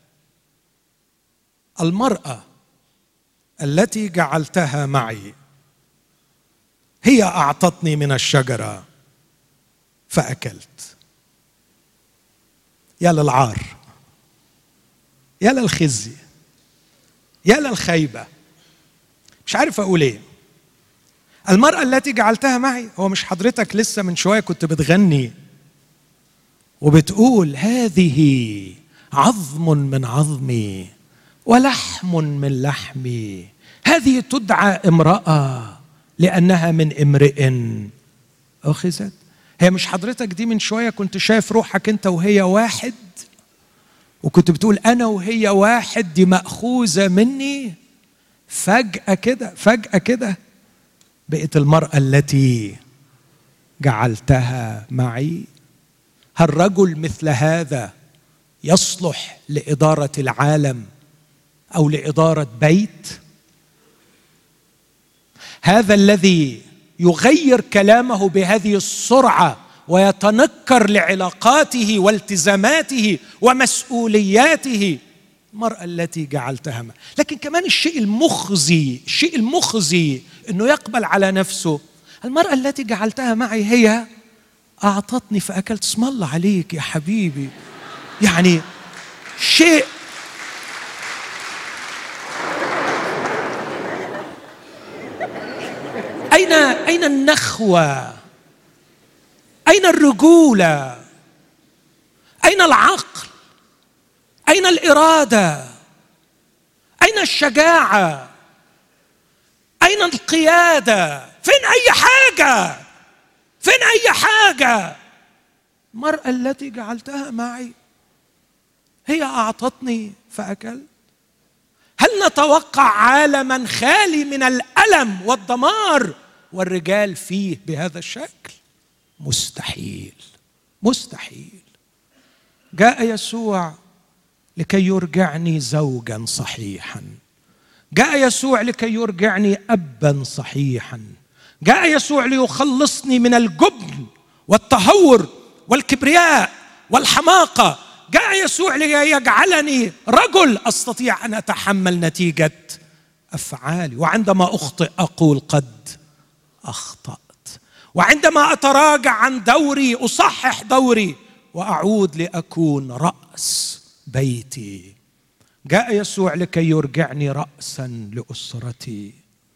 المرأة التي جعلتها معي هي أعطتني من الشجرة فأكلت. يا للعار، يا للخزي، يا للخيبة. مش عارف أقول إيه. المرأة التي جعلتها معي، هو مش حضرتك لسه من شوية كنت بتغني وبتقول هذه عظم من عظمي ولحم من لحمي، هذه تدعى امرأة لأنها من امرئ أخذت؟ هي مش حضرتك دي من شوية كنت شايف روحك أنت وهي واحد وكنت بتقول أنا وهي واحد، دي مأخوذة مني؟ فجأة كده بقت المرأة التي جعلتها معي. هل رجل مثل هذا يصلح لإدارة العالم أو لإدارة بيت؟ هذا الذي يغير كلامه بهذه السرعة ويتنكر لعلاقاته والتزاماته ومسؤولياته، المرأة التي جعلتها معي. لكن كمان الشيء المخزي أنه يقبل على نفسه، المرأة التي جعلتها معي هي أعطتني فأكلت. اسم الله عليك يا حبيبي، يعني شيء أين النخوة؟ أين الرجولة؟ أين العقل؟ أين الإرادة؟ أين الشجاعة؟ أين القيادة؟ فين أي حاجة؟ فين أي حاجة؟ المرأة التي جعلتها معي هي أعطتني فأكلت. هل نتوقع عالما خالي من الألم والدمار والرجال فيه بهذا الشكل؟ مستحيل، مستحيل. جاء يسوع لكي يرجعني زوجا صحيحا، جاء يسوع لكي يرجعني أبا صحيحا، جاء يسوع ليخلصني من الجبن والتهور والكبرياء والحماقة، جاء يسوع ليجعلني رجل أستطيع أن أتحمل نتيجة أفعالي. وعندما أخطئ أقول قد أخطأت، وعندما أتراجع عن دوري أصحح دوري وأعود لأكون رأس بيتي. جاء يسوع لكي يرجعني رأسا لأسرتي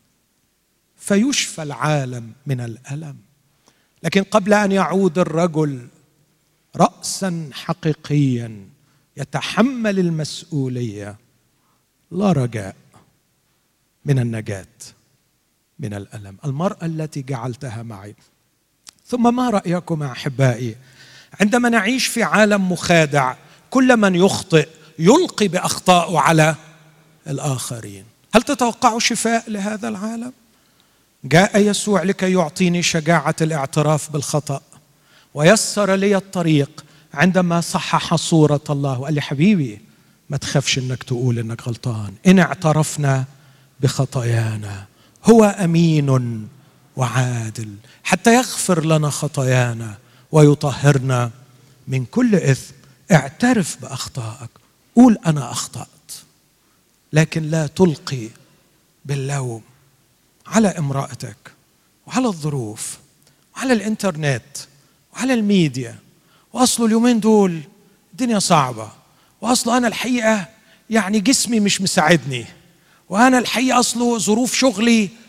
فيشفى العالم من الألم. لكن قبل أن يعود الرجل رأسا حقيقيا يتحمل المسؤولية، لا رجاء من النجاة من الألم. المرأة التي جعلتها معي. ثم ما رأيكم أحبائي عندما نعيش في عالم مخادع، كل من يخطئ يلقي بأخطائه على الآخرين؟ هل تتوقعوا شفاء لهذا العالم؟ جاء يسوع لكي يعطيني شجاعة الاعتراف بالخطأ ويسر لي الطريق عندما صحح صورة الله وقال لي حبيبي ما تخافش انك تقول انك غلطان، إن اعترفنا بخطايانا هو أمين وعادل حتى يغفر لنا خطايانا ويطهرنا من كل إثم. اعترف بأخطائك، قول أنا أخطأت، لكن لا تلقي باللوم على امرأتك وعلى الظروف وعلى الإنترنت وعلى الميديا. وأصله اليومين دول الدنيا صعبة، وأصله أنا الحقيقة يعني جسمي مش مساعدني، وأنا الحقيقة أصله ظروف شغلي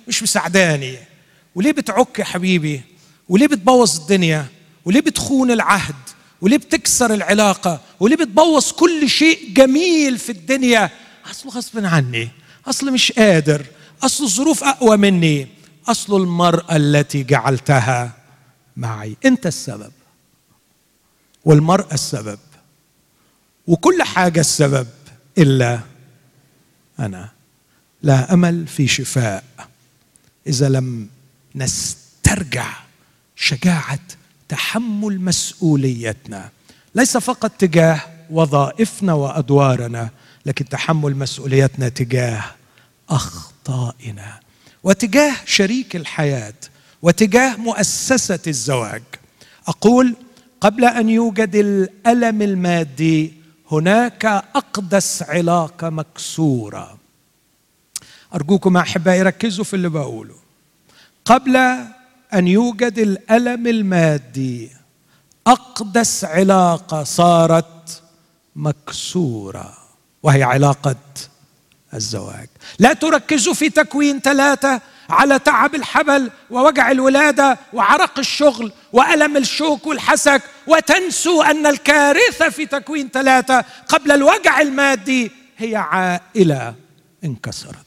مش مساعداني؟ وليه بتعك يا حبيبي؟ وليه بتبوظ الدنيا؟ وليه بتخون العهد؟ وليه بتكسر العلاقة؟ وليه بتبوظ كل شيء جميل في الدنيا؟ أصله غصب عني، أصله مش قادر، أصله الظروف أقوى مني، أصله المرأة التي جعلتها معي. أنت السبب، والمرأة السبب، وكل حاجة السبب إلا أنا. لا أمل في شفاء إذا لم نسترجع شجاعة تحمل مسؤوليتنا، ليس فقط تجاه وظائفنا وأدوارنا، لكن تحمل مسؤوليتنا تجاه أخطائنا وتجاه شريك الحياة وتجاه مؤسسة الزواج. أقول قبل أن يوجد الألم المادي هناك أقدس علاقة مكسورة. أرجوكم أحبائي ركزوا في اللي بقوله. قبل أن يوجد الألم المادي أقدس علاقة صارت مكسورة، وهي علاقة الزواج. لا تركزوا في تكوين 3 على تعب الحبل ووجع الولادة وعرق الشغل وألم الشوك والحسك، وتنسوا أن الكارثة في تكوين 3 قبل الوجع المادي هي عائلة انكسرت،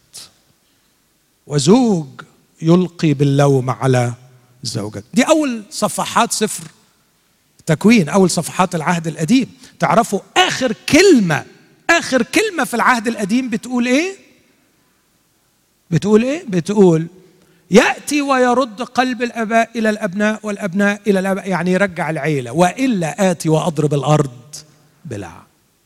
وزوج يلقي باللوم على زوجته. دي أول صفحات سفر تكوين، أول صفحات العهد القديم. تعرفوا آخر كلمة في العهد القديم بتقول إيه؟ بتقول يأتي ويرد قلب الآباء إلى الأبناء والأبناء إلى الآباء، يعني يرجع العيلة، وإلا آتي وأضرب الأرض بلعن.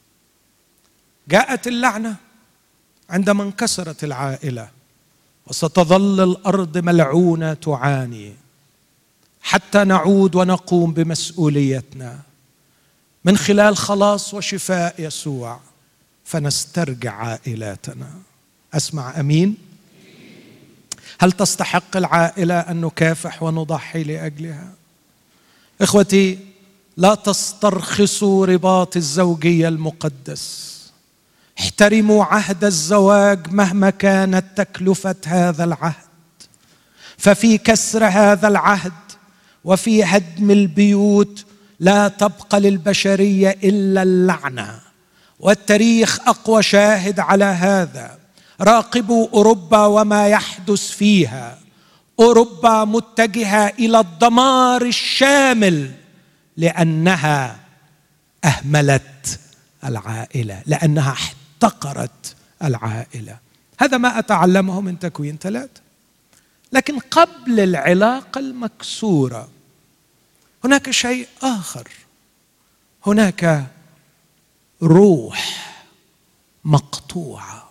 جاءت اللعنة عندما انكسرت العائلة، وستظل الأرض ملعونة تعاني حتى نعود ونقوم بمسؤوليتنا من خلال خلاص وشفاء يسوع، فنسترجع عائلاتنا. أسمع أمين؟ هل تستحق العائلة أن نكافح ونضحي لأجلها؟ إخوتي، لا تسترخصوا رباط الزوجية المقدس. احترموا عهد الزواج مهما كانت تكلفة هذا العهد، ففي كسر هذا العهد وفي هدم البيوت لا تبقى للبشرية إلا اللعنة، والتاريخ أقوى شاهد على هذا. راقبوا أوروبا وما يحدث فيها. أوروبا متجهة إلى الدمار الشامل لأنها أهملت العائلة، لأنها احتقرت العائلة. هذا ما أتعلمه من تكوين 3. لكن قبل العلاقة المكسورة هناك شيء آخر، هناك روح مقطوعة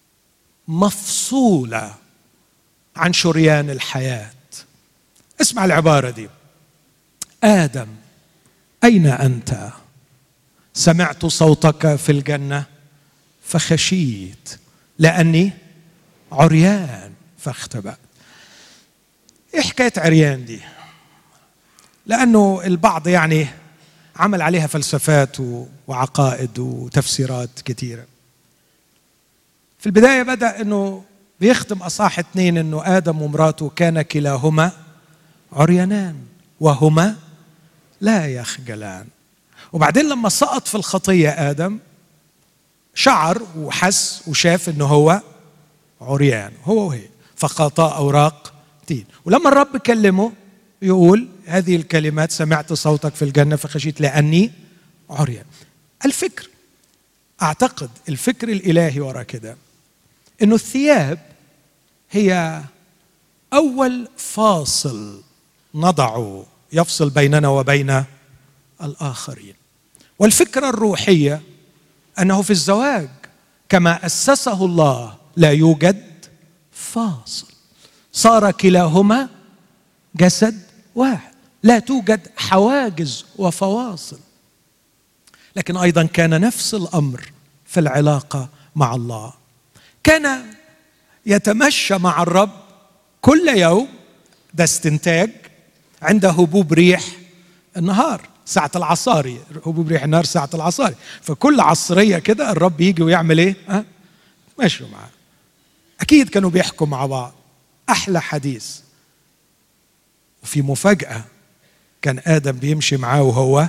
مفصولة عن شريان الحياة. اسمع العبارة دي: آدم أين أنت؟ سمعت صوتك في الجنة فخشيت لأني عريان فاختبأت. إيه حكاية عريان دي؟ لأنه البعض يعني عمل عليها فلسفات وعقائد وتفسيرات كثيرة. في البداية بدأ أنه بيختم أصحاح 2 أنه آدم ومراته كان كلاهما عريانان وهما لا يخجلان. وبعدين لما سقط في الخطية آدم شعر وحس وشاف أنه هو عريان، هو وهي، فخاطا أوراق تين. ولما الرب كلمه يقول هذه الكلمات: سمعت صوتك في الجنة فخشيت لأني عريان. الفكر، أعتقد الفكر الإلهي وراء كده إنه الثياب هي أول فاصل نضعه يفصل بيننا وبين الآخرين. والفكرة الروحية أنه في الزواج كما أسسه الله لا يوجد فاصل، صار كلاهما جسد واحد، لا توجد حواجز وفواصل. لكن أيضا كان نفس الأمر في العلاقة مع الله. كان يتمشى مع الرب كل يوم، ده استنتاج، عند هبوب ريح النهار ساعة العصاري. هبوب ريح النهار ساعة العصاري، فكل عصرية كده الرب يجي ويعمل ايه؟ ماشوا معاه. أكيد كانوا بيحكوا مع بعض، أحلى حديث. وفي مفاجأة، كان آدم بيمشي معاه وهو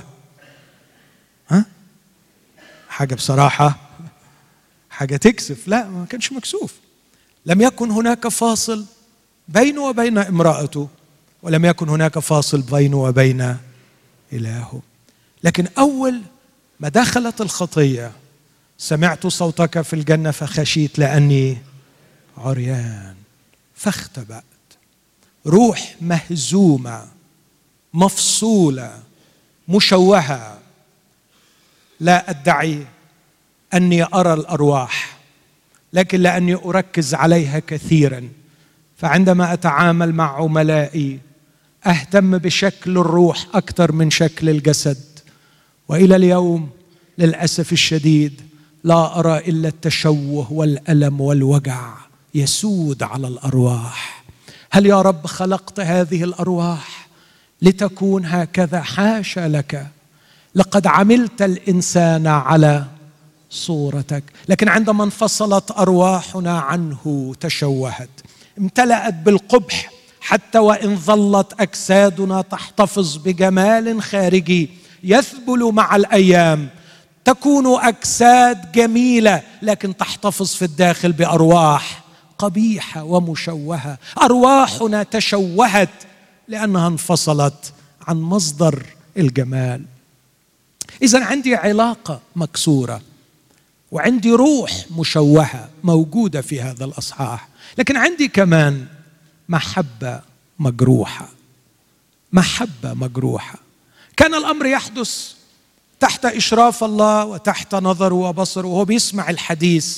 حاجة بصراحة حاجة تكسف. لا، ما كانش مكسوف. لم يكن هناك فاصل بينه وبين امرأته، ولم يكن هناك فاصل بينه وبين إلهه. لكن أول ما دخلت الخطية، سمعت صوتك في الجنة فخشيت لأني عريان فاختبأت. روح مهزومة، مفصولة، مشوهة. لا أدعي أني أرى الأرواح، لكن لأني أركز عليها كثيرا. فعندما أتعامل مع عملائي أهتم بشكل الروح أكثر من شكل الجسد. وإلى اليوم للأسف الشديد لا أرى إلا التشوه والألم والوجع يسود على الأرواح. هل يا رب خلقت هذه الأرواح لتكون هكذا؟ حاشا لك، لقد عملت الإنسان على صورتك. لكن عندما انفصلت أرواحنا عنه تشوهت، امتلأت بالقبح، حتى وإن ظلت أجسادنا تحتفظ بجمال خارجي يذبل مع الأيام، تكون أجساد جميلة لكن تحتفظ في الداخل بأرواح قبيحة ومشوهة. أرواحنا تشوهت لأنها انفصلت عن مصدر الجمال. إذن عندي علاقة مكسورة، وعندي روح مشوهة موجودة في هذا الأصحاح، لكن عندي كمان محبة مجروحة. محبة مجروحة. كان الأمر يحدث تحت إشراف الله وتحت نظره وبصره، وهو بيسمع الحديث.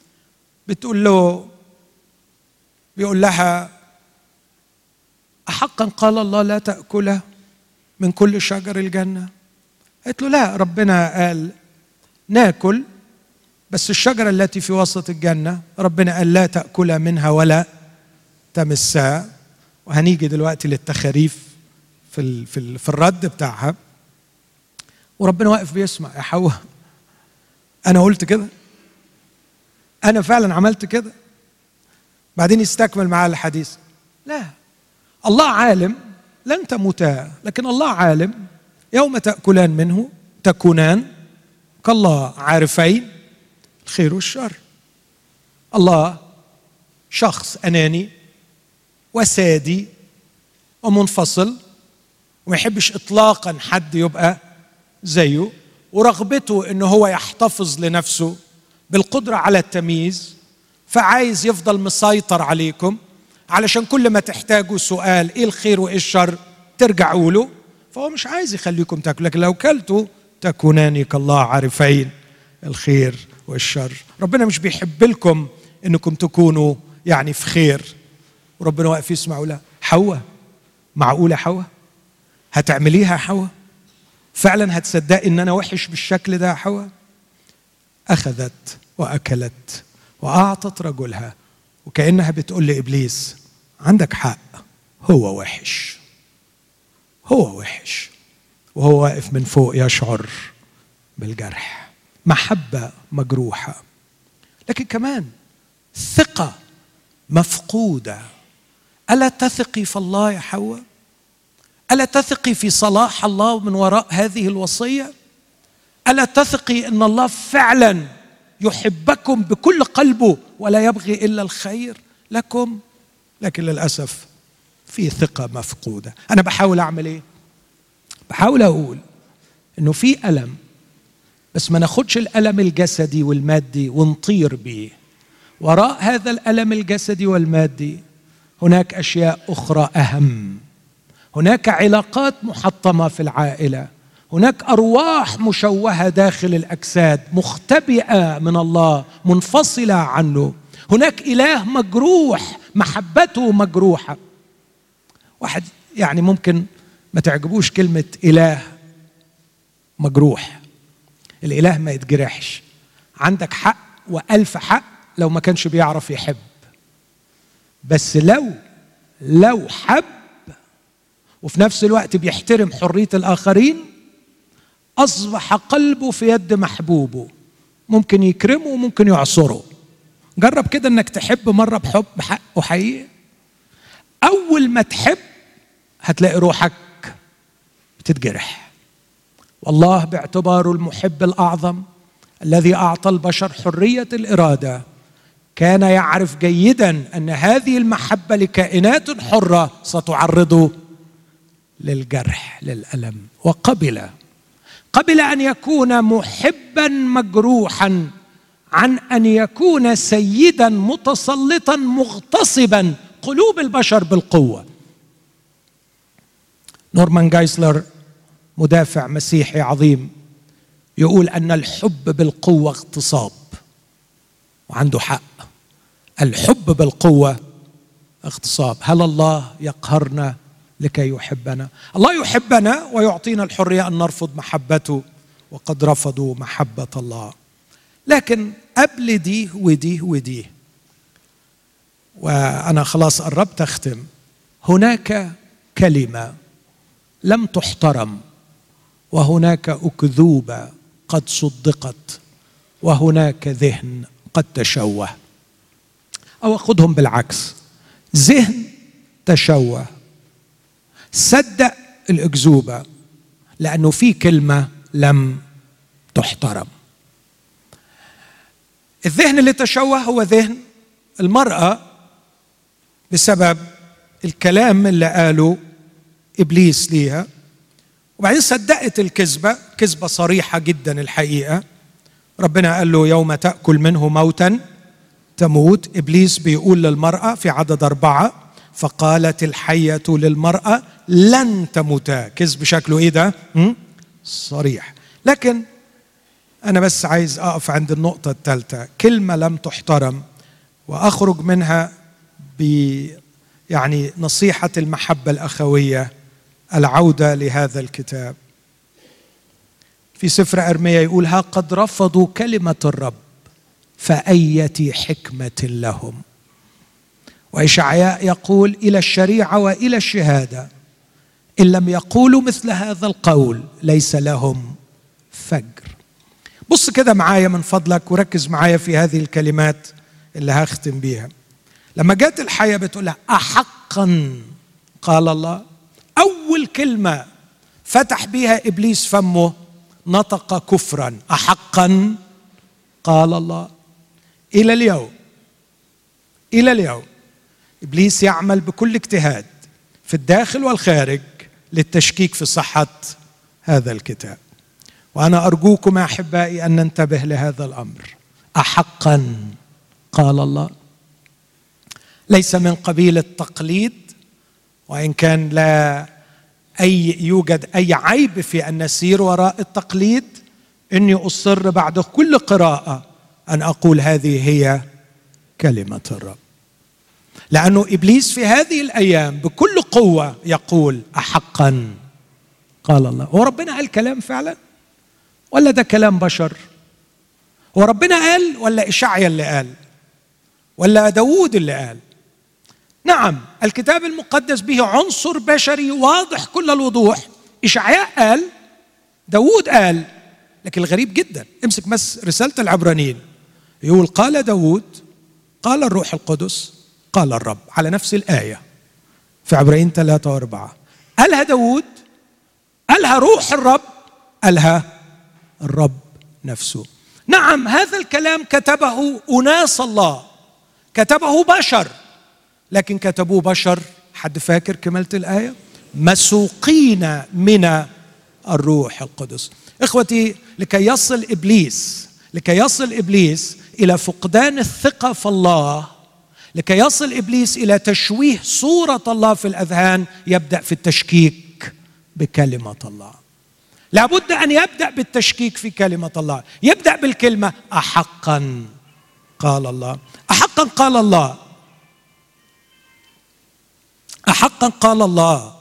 بيقول لها: أحقا قال الله لا تأكل من كل شجر الجنة؟ قالت له: لا، ربنا قال ناكل، بس الشجرة التي في وسط الجنة ربنا قال لا تأكل منها ولا تمسها. وهنيجي دلوقتي للتخاريف في الرد بتاعها. وربنا واقف بيسمع. يا حواء، أنا قلت كده؟ أنا فعلا عملت كده؟ بعدين يستكمل معاه الحديث. لا، الله عالم، لن تموتا، لكن الله عالم يوم تأكلان منه تكونان كالله عارفين الخير والشر. الله شخص أناني وسادي ومنفصل، وما يحبش إطلاقا حد يبقى زيه، ورغبته إنه هو يحتفظ لنفسه بالقدرة على التمييز. فعايز يفضل مسيطر عليكم، علشان كل ما تحتاجوا سؤال إيه الخير وإيه الشر ترجعوا له. فهو مش عايز يخليكم تاكلوا، لكن لو كلتوا تكونان كالله عارفين الخير والشر. ربنا مش بيحب لكم إنكم تكونوا يعني في خير. وربنا واقف يسمع له: حواء، معقولة حواء؟ هتعمليها حواء؟ فعلا هتصدقي إن أنا وحش بالشكل ده حواء؟ أخذت وأكلت وأعطت رجلها، وكأنها بتقول لإبليس: عندك حق، هو وحش، هو وحش. وهو واقف من فوق يشعر بالجرح. محبة مجروحة. لكن كمان ثقة مفقودة. ألا تثقي في الله يا حواء؟ ألا تثقي في صلاح الله من وراء هذه الوصية؟ ألا تثقي أن الله فعلا يحبكم بكل قلبه ولا يبغي إلا الخير لكم؟ لكن للأسف في ثقة مفقودة. أنا بحاول أعمل إيه؟ بحاول أقول إنه في ألم، بس ما ناخدش الألم الجسدي والمادي ونطير بيه. وراء هذا الألم الجسدي والمادي هناك أشياء أخرى أهم. هناك علاقات محطمة في العائلة، هناك أرواح مشوهة داخل الأجساد مختبئة من الله، منفصلة عنه. هناك إله مجروح، محبته مجروحة. واحد يعني ممكن ما تعجبوش كلمة إله مجروح. الإله ما يتجرحش. عندك حق وألف حق لو ما كانش بيعرف يحب، بس لو حب وفي نفس الوقت بيحترم حرية الآخرين، أصبح قلبه في يد محبوبه، ممكن يكرمه وممكن يعصره. جرب كده انك تحب مرة بحب حق وحقيقي. أول ما تحب هتلاقي روحك بتتجرح. والله باعتباره المحب الأعظم الذي أعطى البشر حرية الإرادة كان يعرف جيدا أن هذه المحبة لكائنات حرة ستعرضه للجرح، للألم، وقبل أن يكون محبا مجروحا عن أن يكون سيدا متسلطا مغتصبا قلوب البشر بالقوة. نورمان جايسلر مدافع مسيحي عظيم يقول أن الحب بالقوة اغتصاب، وعنده حق. الحب بالقوة اغتصاب. هل الله يقهرنا لكي يحبنا؟ الله يحبنا ويعطينا الحرية أن نرفض محبته، وقد رفضوا محبة الله. لكن قبل دي ودي وأنا خلاص قربت أختم، هناك كلمة لم تحترم، وهناك أكذوبة قد صدقت، وهناك ذهن قد تشوه. أو أخذهم بالعكس، ذهن تشوه صدق الأكذوبة لأنه في كلمة لم تحترم. الذهن اللي تشوه هو ذهن المرأة بسبب الكلام اللي قاله إبليس ليها، وبعدين صدقت الكذبة، كذبة صريحة جدا الحقيقة. ربنا قال له يوم تأكل منه موتا تموت. إبليس بيقول للمرأة في عدد 4 فقالت الحية للمرأة لن تموتا. كذب شكله إيه ده؟ صريح. لكن أنا بس عايز أقف عند النقطة الثالثة، كلمة لم تحترم، وأخرج منها يعني نصيحة المحبة الأخوية، العودة لهذا الكتاب. في سفر أرميا يقول ها قد رفضوا كلمة الرب فأية حكمة لهم. وإشعياء يقول إلى الشريعة وإلى الشهادة إن لم يقولوا مثل هذا القول ليس لهم فجر. بص كده معايا من فضلك وركز معايا في هذه الكلمات اللي هختم بيها. لما جات الحية بتقولها أحقا قال الله، أول كلمة فتح بيها إبليس فمه نطق كفرا. أحقا قال الله. إلى اليوم إبليس يعمل بكل اجتهاد في الداخل والخارج للتشكيك في صحة هذا الكتاب. وأنا أرجوكم يا أحبائي أن ننتبه لهذا الأمر. أحقا قال الله ليس من قبيل التقليد، وإن كان لا يوجد أي عيب في أن نسير وراء التقليد، إني أصر بعد كل قراءة أن أقول هذه هي كلمة الرب. لأنه إبليس في هذه الأيام بكل قوة يقول أحقا قال الله. هو ربنا قال كلام فعلا ولا ده كلام بشر؟ هو ربنا قال ولا إشعيا اللي قال ولا داود اللي قال؟ نعم الكتاب المقدس به عنصر بشري واضح كل الوضوح. إشعياء قال، داود قال، لكن الغريب جدا امسك بس رسالة العبرانيين يقول قال داود قال الروح القدس قال الرب على نفس الآية في عبرانيين 3 و4. قالها داود، قالها روح الرب، قالها الرب نفسه. نعم هذا الكلام كتبه أناس الله، كتبه بشر، لكن كتبوه بشر، حد فاكر كمالة الآية؟ مسوقين من الروح القدس. إخوتي لكي يصل إبليس إلى فقدان الثقة في الله، لكي يصل إبليس إلى تشويه صورة الله في الأذهان، يبدأ في التشكيك بكلمة الله. لابد أن يبدأ بالتشكيك في كلمة الله، يبدأ بالكلمة أحقا قال الله. أحقا قال الله، أحقا قال الله.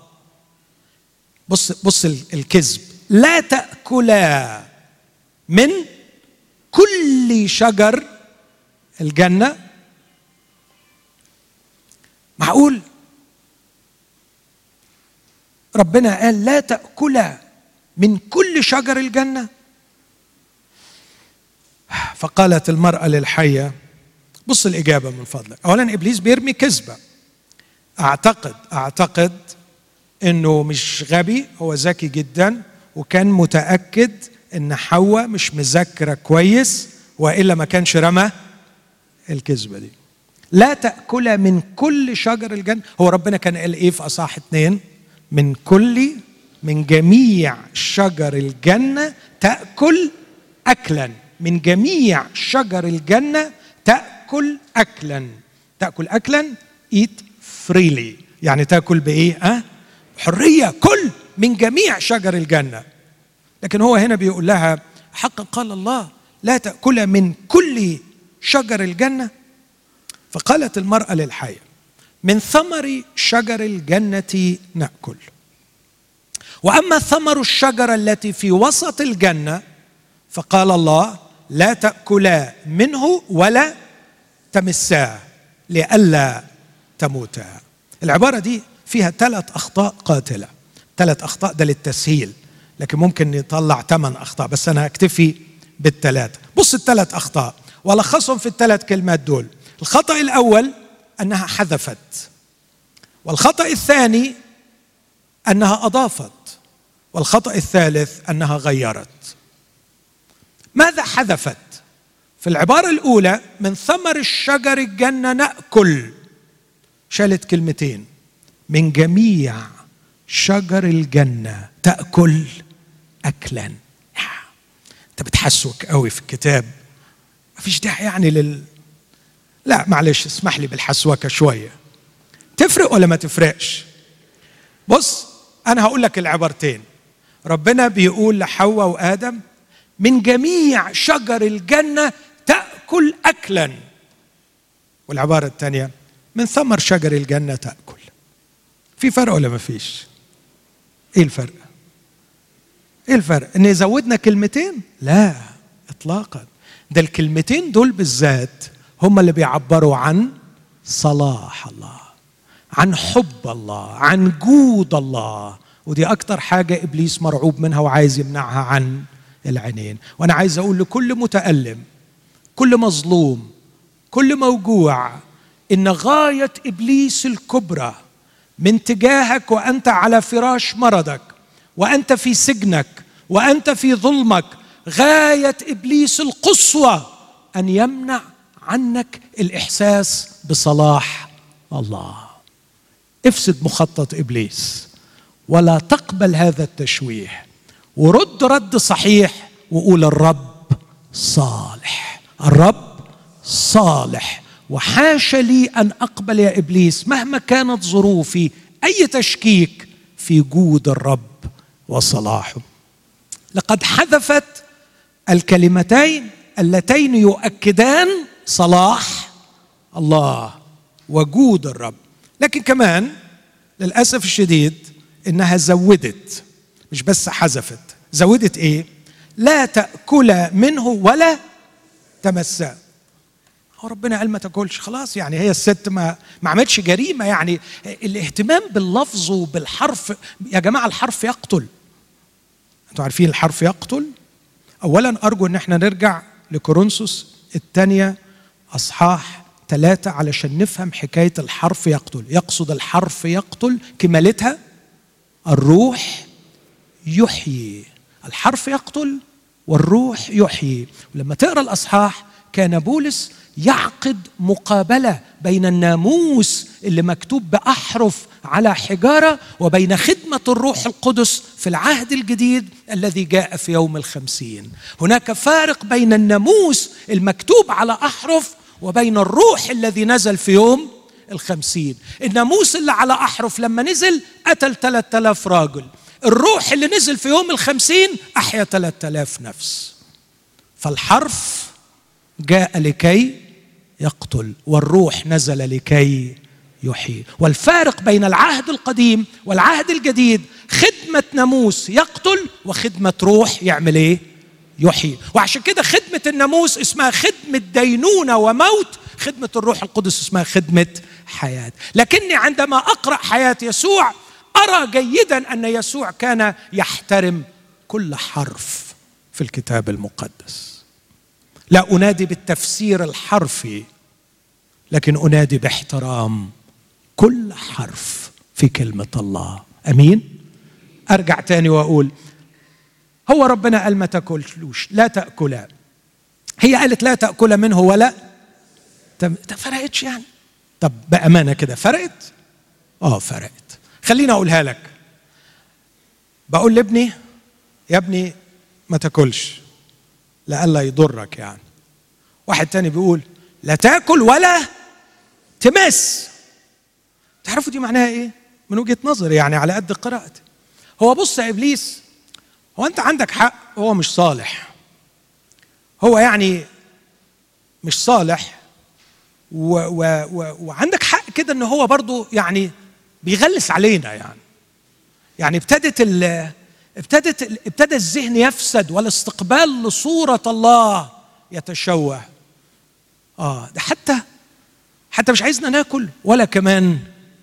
بص الكذب، لا تأكلا من كل شجر الجنة. معقول ربنا قال لا تأكلا من كل شجر الجنة؟ فقالت المرأة للحية، بص الإجابة من فضلك. أولا إبليس بيرمي كذبة، أعتقد إنه مش غبي، هو ذكي جدا، وكان متأكد إن حواء مش مذاكرة كويس، وإلا ما كانش رمى الكذبة دي. لا تأكل من كل شجر الجنة. هو ربنا كان قال إيه في أصحاح 2؟ من جميع شجر الجنة تأكل أكلا. من جميع شجر الجنة تأكل أكلا. تأكل أكلا eat freely، يعني تأكل بإيه؟ حرية. كل من جميع شجر الجنة. لكن هو هنا بيقول لها حقا قال الله لا تأكل من كل شجر الجنة. فقالت المرأة للحية من ثمر شجر الجنة نأكل، وأما ثمر الشجرة التي في وسط الجنة فقال الله لا تأكلا منه ولا تمساه لئلا تموتا. العبارة دي فيها 3 أخطاء قاتلة. 3 أخطاء ده للتسهيل، لكن ممكن نطلع 8 أخطاء، بس أنا أكتفي بال3. بص ال3 أخطاء ولخصهم في ال3 كلمات دول. الخطأ الأول أنها حذفت، والخطأ الثاني أنها أضافت، والخطأ الثالث أنها غيرت. ماذا حذفت؟ في العبارة الأولى من ثمر الشجر الجنة نأكل، شالت كلمتين من جميع شجر الجنة تأكل أكلا. أنت بتحسوك قوي في الكتاب، ما فيش داعي يعني لا معلش اسمح لي بالحسوكة شوية. تفرق ولا ما تفرقش؟ بص أنا هقول لك العبارتين. ربنا بيقول لحواء وآدم من جميع شجر الجنة تأكل أكلا، والعبارة الثانية من ثمر شجر الجنة تأكل. في فرق ولا ما فيش؟ إيه الفرق؟ إيه الفرق؟ إن يزودنا كلمتين؟ لا إطلاقا. ده الكلمتين دول بالذات هم اللي بيعبروا عن صلاح الله، عن حب الله، عن جود الله. ودي أكتر حاجة إبليس مرعوب منها وعايز يمنعها عن العينين. وأنا عايز أقول لكل متألم، كل مظلوم، كل موجوع، إن غاية إبليس الكبرى من تجاهك وأنت على فراش مرضك، وأنت في سجنك، وأنت في ظلمك، غاية إبليس القصوى أن يمنع عنك الإحساس بصلاح الله. افسد مخطط إبليس ولا تقبل هذا التشويه، ورد رد صحيح وقول الرب صالح. الرب صالح، وحاشا لي أن أقبل يا إبليس مهما كانت ظروفي أي تشكيك في جود الرب وصلاحه. لقد حذفت الكلمتين اللتين يؤكدان صلاح الله وجود الرب. لكن كمان للأسف الشديد إنها زودت، مش بس حذفت، زودت إيه؟ لا تأكل منه ولا تمساه. هو ربنا قال ما تاكلش، خلاص يعني هي الست ما عملتش جريمة. يعني الاهتمام باللفظ وبالحرف يا جماعة، الحرف يقتل. أنتوا عارفين الحرف يقتل؟ أولا أرجو أن احنا نرجع لكورنثوس الثانية أصحاح 3 علشان نفهم حكاية الحرف يقتل. يقصد الحرف يقتل كمالتها الروح يحيي. الحرف يقتل والروح يحيي. ولما تقرأ الأصحاح كان بولس يعقد مقابلة بين الناموس اللي مكتوب بأحرف على حجارة وبين خدمة الروح القدس في العهد الجديد الذي جاء في يوم 50. هناك فارق بين الناموس المكتوب على أحرف وبين الروح الذي نزل في يوم 50. الناموس اللي على أحرف لما نزل قتل 3000 راجل، الروح اللي نزل في يوم 50 أحيا 3000 نفس. فالحرف جاء لكي يقتل والروح نزل لكي يحيي. والفارق بين العهد القديم والعهد الجديد خدمة ناموس يقتل وخدمة روح يعمل ايه؟ يحيي. وعشان كده خدمة الناموس اسمها خدمة دينونة وموت، خدمة الروح القدس اسمها خدمة حياة. لكني عندما أقرأ حياة يسوع أرى جيدا أن يسوع كان يحترم كل حرف في الكتاب المقدس. لا أنادي بالتفسير الحرفي، لكن أنادي باحترام كل حرف في كلمة الله. أمين. أرجع تاني وأقول هو ربنا قال ما تاكلوش، لا تأكلا. هي قالت لا تأكل منه ولا فرقتش يعني. طب بأمانة كده فرقت؟ فرقت. خليني أقولها لك. بقول لابني يا ابني ما تاكلش لألا يضرك يعني. واحد تاني بيقول لا تاكل ولا تمس. تعرفوا دي معناها ايه؟ من وجهة نظري يعني على قد قراءتي. هو بص يا إبليس، هو أنت عندك حق، هو مش صالح، هو يعني مش صالح وعندك حق كده ان هو برضو يعني بيغلس علينا يعني ابتدى الذهن يفسد والاستقبال لصورة الله يتشوه. ده حتى مش عايزنا ناكل ولا كمان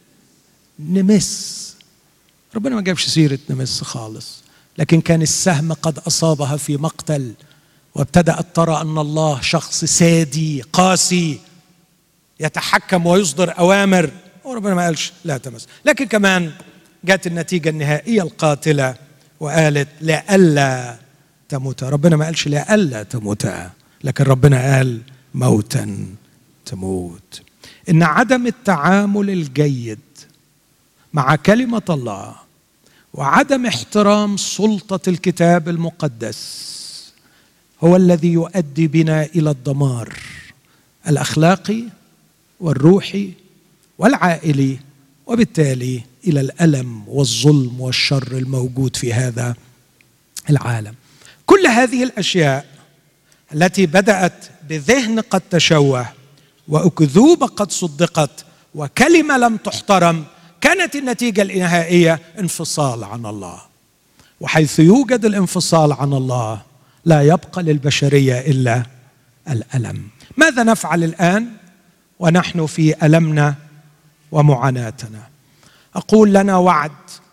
نمس. ربنا ما جابش سيرة نمس خالص، لكن كان السهم قد أصابها في مقتل، وابتدأت ترى أن الله شخص سادي قاسي يتحكم ويصدر أوامر، وربنا ما قالش لا تمس. لكن كمان جاءت النتيجة النهائية القاتلة وقالت لألا تموت. ربنا ما قالش لألا تموت، لكن ربنا قال موتا تموت. إن عدم التعامل الجيد مع كلمة الله وعدم احترام سلطة الكتاب المقدس هو الذي يؤدي بنا إلى الدمار الأخلاقي والروحي والعائلي، وبالتالي إلى الألم والظلم والشر الموجود في هذا العالم. كل هذه الأشياء التي بدأت بذهن قد تشوه وأكذوبة قد صدقت وكلمة لم تحترم، كانت النتيجة النهائية انفصال عن الله. وحيث يوجد الانفصال عن الله لا يبقى للبشرية إلا الألم. ماذا نفعل الآن ونحن في ألمنا ومعاناتنا؟ أقول لنا وعد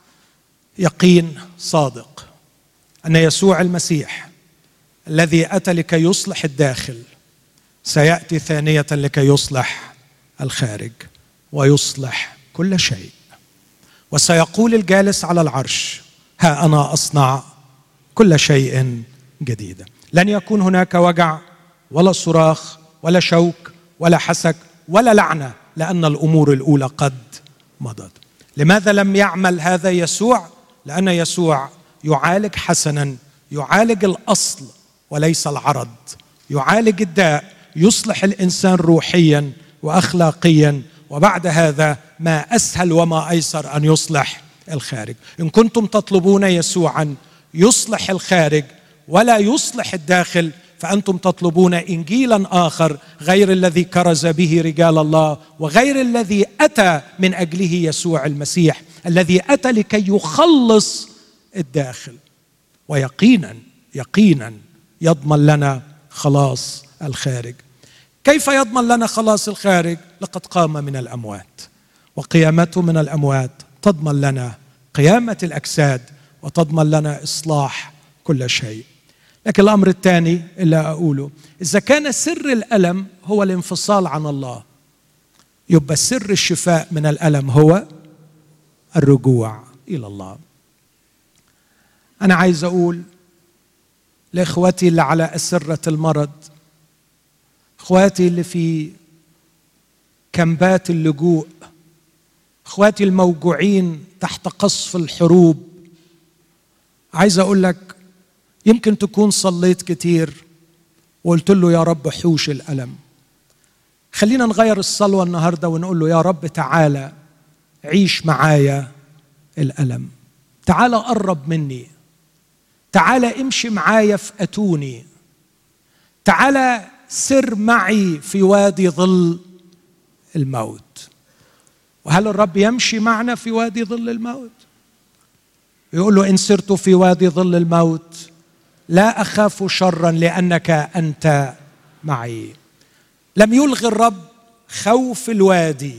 يقين صادق أن يسوع المسيح الذي أتى لكي يصلح الداخل سيأتي ثانية لكي يصلح الخارج ويصلح كل شيء. وسيقول الجالس على العرش ها أنا أصنع كل شيء جديدا. لن يكون هناك وجع ولا صراخ ولا شوك ولا حسك ولا لعنة، لأن الأمور الأولى قد مضت. لماذا لم يعمل هذا يسوع؟ لأن يسوع يعالج حسنا، يعالج الأصل وليس العرض، يعالج الداء، يصلح الإنسان روحيا وأخلاقيا، وبعد هذا ما أسهل وما أيسر أن يصلح الخارج. إن كنتم تطلبون يسوعا يصلح الخارج ولا يصلح الداخل، فأنتم تطلبون إنجيلا آخر غير الذي كرز به رجال الله وغير الذي أتى من أجله يسوع المسيح، الذي أتى لكي يخلص الداخل ويقينا يضمن لنا خلاص الخارج. كيف يضمن لنا خلاص الخارج؟ لقد قام من الأموات، وقيامته من الأموات تضمن لنا قيامة الأجساد وتضمن لنا إصلاح كل شيء. لكن الأمر الثاني اللي أقوله، إذا كان سر الألم هو الانفصال عن الله، يبقى سر الشفاء من الألم هو الرجوع إلى الله. أنا عايز أقول لإخوتي اللي على أسرة المرض، إخواتي اللي في كامبات اللجوء، إخواتي الموجوعين تحت قصف الحروب، عايز أقول لك يمكن تكون صليت كتير وقلت له يا رب حوش الألم. خلينا نغير الصلوة النهاردة ونقول له يا رب تعالى عيش معايا الألم، تعالى قرب مني، تعالى امشي معايا في أتوني، تعالى سر معي في وادي ظل الموت. وهل الرب يمشي معنا في وادي ظل الموت؟ يقول له إن سرت في وادي ظل الموت لا أخاف شرا لأنك أنت معي. لم يلغي الرب خوف الوادي،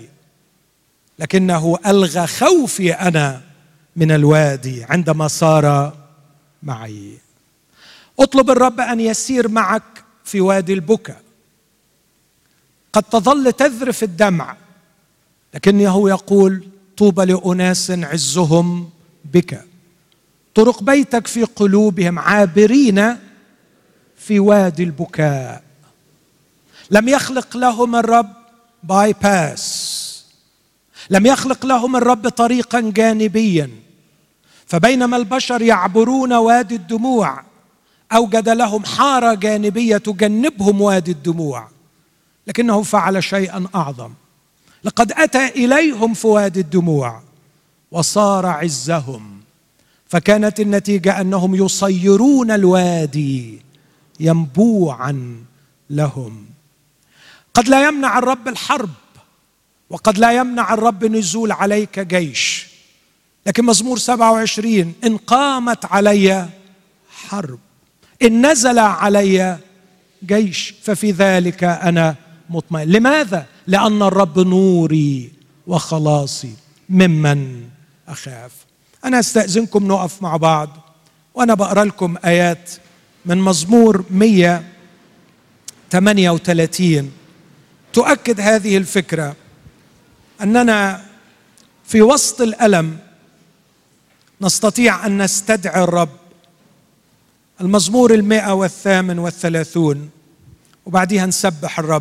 لكنه ألغى خوفي أنا من الوادي عندما صار معي. اطلب الرب أن يسير معك في وادي البكاء. قد تظل تذرف الدمع لكنه يقول طوبى لأناس عزهم بك، طرق بيتك في قلوبهم، عابرين في وادي البكاء. لم يخلق لهم الرب باي باس، لم يخلق لهم الرب طريقا جانبيا، فبينما البشر يعبرون وادي الدموع أوجد لهم حارة جانبية تجنبهم وادي الدموع، لكنه فعل شيئا أعظم. لقد أتى إليهم في وادي الدموع وصار عزهم، فكانت النتيجة أنهم يصيرون الوادي ينبوعا لهم. قد لا يمنع الرب الحرب، وقد لا يمنع الرب نزول عليك جيش، لكن مزمور 27: إن قامت علي حرب، إن نزل علي جيش، ففي ذلك أنا مطمئن. لماذا؟ لأن الرب نوري وخلاصي، ممن أخاف. أنا أستأذنكم نقف مع بعض وأنا بقرأ لكم آيات من مزمور 138 تؤكد هذه الفكرة، أننا في وسط الألم نستطيع أن نستدعي الرب. المزمور 138 وبعديها نسبح الرب.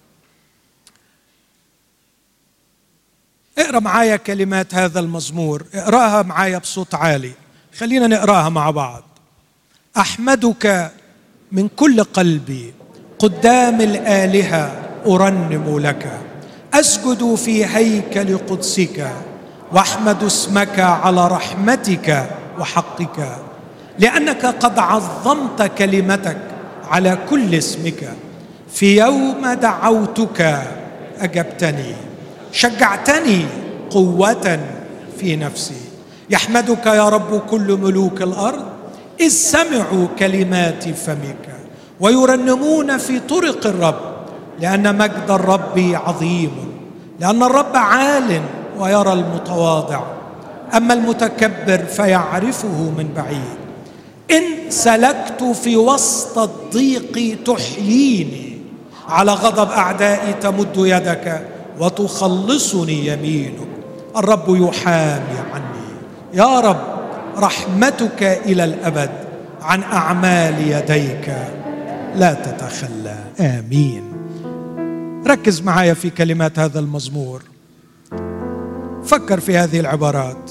اقرأ معايا كلمات هذا المزمور، اقرأها معايا بصوت عالي، خلينا نقرأها مع بعض. أحمدك من كل قلبي، قدام الآلهة أرنم لك، أسجد في هيكل قدسك، وأحمد اسمك على رحمتك وحقك، لأنك قد عظمت كلمتك على كل اسمك. في يوم دعوتك أجبتني، شجعتني قوة في نفسي. يحمدك يا رب كل ملوك الأرض، إذ سمعوا كلمات فمك، ويرنمون في طرق الرب، لأن مجد الرب عظيم، لأن الرب عال ويرى المتواضع، أما المتكبر فيعرفه من بعيد. إن سلكت في وسط الضيق تحييني، على غضب أعدائي تمد يدك وتخلصني يمينك. الرب يحامي عني، يا رب رحمتك إلى الأبد، عن أعمال يديك لا تتخلى. آمين. ركز معايا في كلمات هذا المزمور، فكر في هذه العبارات.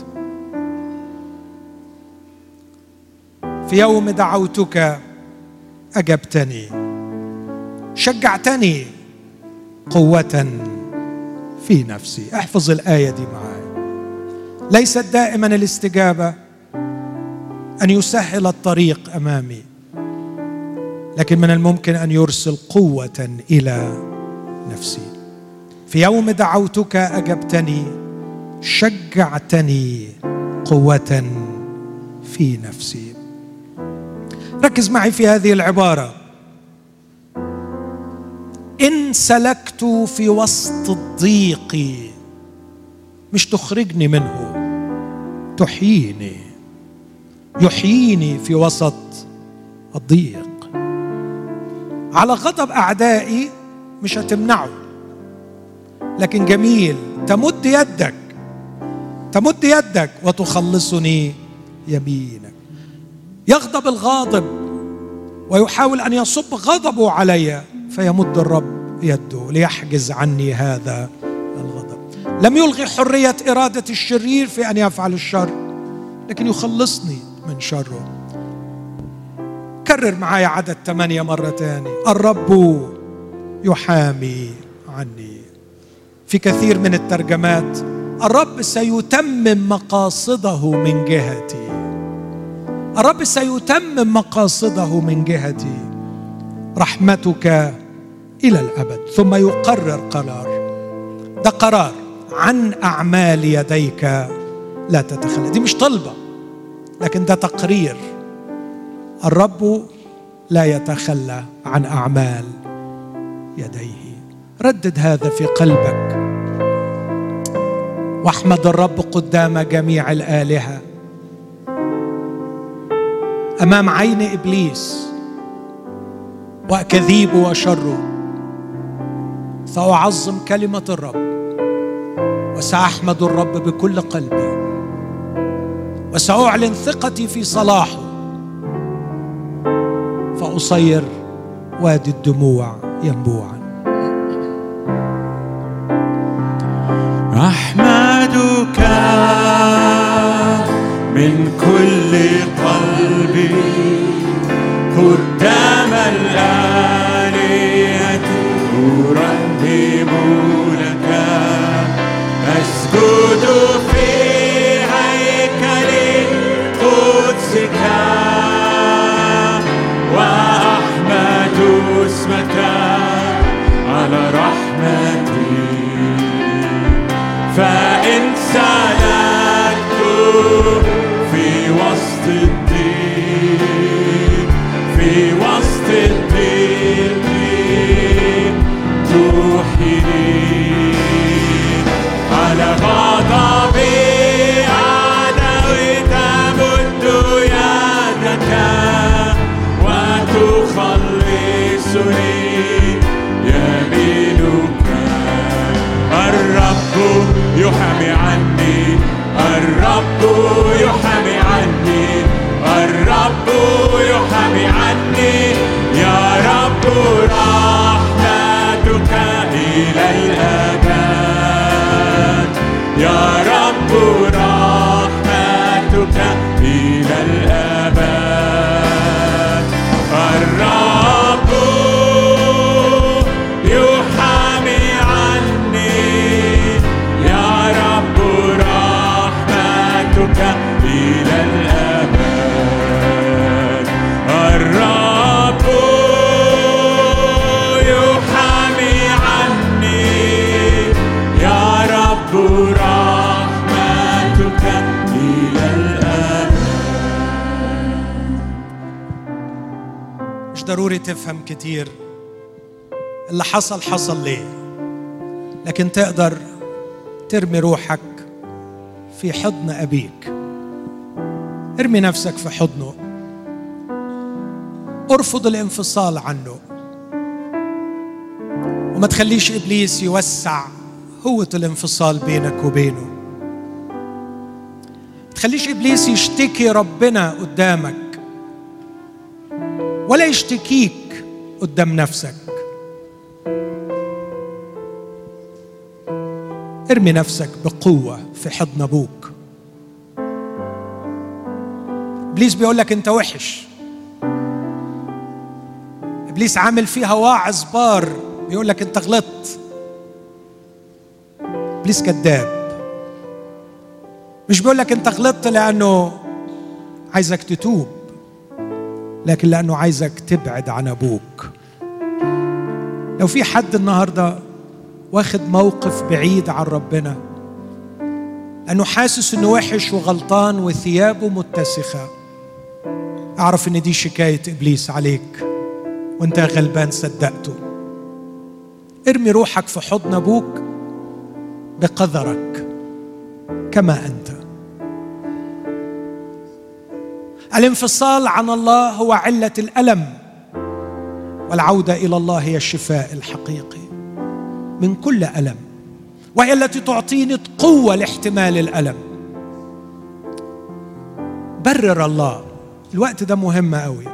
في يوم دعوتك أجبتني، شجعتني قوة في نفسي. احفظ الآية دي معايا. ليست دائما الاستجابة أن يسهل الطريق أمامي، لكن من الممكن أن يرسل قوة إلى نفسي. في يوم دعوتك أجبتني، شجعتني قوة في نفسي. ركز معي في هذه العبارة. إن سلكت في وسط الضيق، مش تخرجني منه، تحييني، يحييني في وسط الضيق. على غضب أعدائي مش هتمنعه، لكن جميل تمد يدك وتخلصني يمينك. يغضب الغاضب ويحاول أن يصب غضبه علي، فيمد الرب يده ليحجز عني هذا الغضب. لم يلغي حرية إرادة الشرير في أن يفعل الشر، لكن يخلصني من شره. كرر معايا عدد 8 مرة تاني. الرب يحامي عني. في كثير من الترجمات الرب سيتمم مقاصده من جهتي. الرب سيتمم مقاصده من جهتي. رحمتك إلى الأبد. ثم يقرر قرار، ده قرار عن أعمال يديك لا تتخلى. دي مش طلبة، لكن ده تقرير. الرب لا يتخلى عن أعمال يديه. ردد هذا في قلبك، واحمد الرب قدام جميع الآلهة، أمام عين إبليس وأكاذيبه وشره. فأعظم كلمة الرب وسأحمد الرب بكل قلبي وسأعلن ثقتي في صلاحه، فأصير وادي الدموع ينبوعا. أحمدك من كل قلبي قدام الآلهة أرنم لك، أسجد في هيكل قدسك وأحمد اسمك على رحمتي، فإن سلكت في وسط الضيق، في وسط الضيق توحيني، على غضبي عدوي تمد يدك وتخلصني يمينك. الرب يحمي عني، الرب يحمي عني، الرب يحمي عني، يا رب رحمتك إلى الأبد، يا رب رحمتك إلى الأبد. الرب يحمي عني، يا رب رحمتك إلى الأبد. الرب يحمي عني، يا رب رحمتك إلى الأبد. مش ضروري تفهم كتير اللي حصل ليه، لكن تقدر ترمي روحك في حضن أبيك. ارمي نفسك في حضنه، ارفض الانفصال عنه، وما تخليش إبليس يوسع هوة الانفصال بينك وبينه. ما تخليش إبليس يشتكي ربنا قدامك ولا يشتكيك قدام نفسك. ارمي نفسك بقوة في حضن أبوك. إبليس بيقول لك أنت وحش، إبليس عامل فيها واعظ بار بيقول لك أنت غلطت. إبليس كذاب، مش بيقول لك أنت غلطت لأنه عايزك تتوب، لكن لأنه عايزك تبعد عن أبوك. لو في حد النهاردة واخد موقف بعيد عن ربنا لأنه حاسس أنه وحش وغلطان وثيابه متسخة، أعرف أن دي شكاية إبليس عليك وأنت غلبان صدقته. ارمي روحك في حضن أبوك بقدرك كما أنت. الانفصال عن الله هو علة الألم، والعودة إلى الله هي الشفاء الحقيقي من كل ألم، وهي التي تعطيني قوة لاحتمال الألم. برر الله. الوقت ده مهم قوي.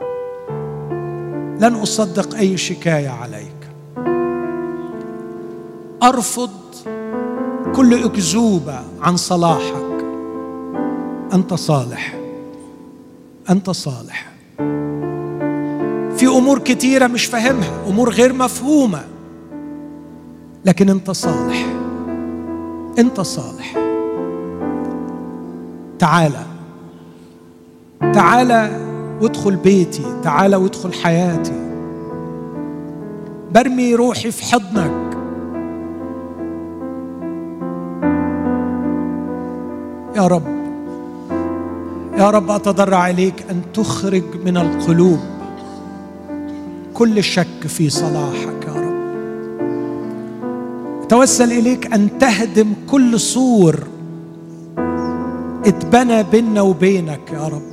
لن أصدق أي شكاية عليك، أرفض كل أكذوبة عن صلاحك. أنت صالح، أنت صالح. في أمور كتيرة مش فاهمها، أمور غير مفهومة، لكن أنت صالح، أنت صالح. تعالى وادخل بيتي، تعالى وادخل حياتي. برمي روحي في حضنك. يا رب، يا رب أتضرع إليك أن تخرج من القلوب كل شك في صلاحك. يا رب أتوسل إليك أن تهدم كل سور اتبنى بيننا وبينك. يا رب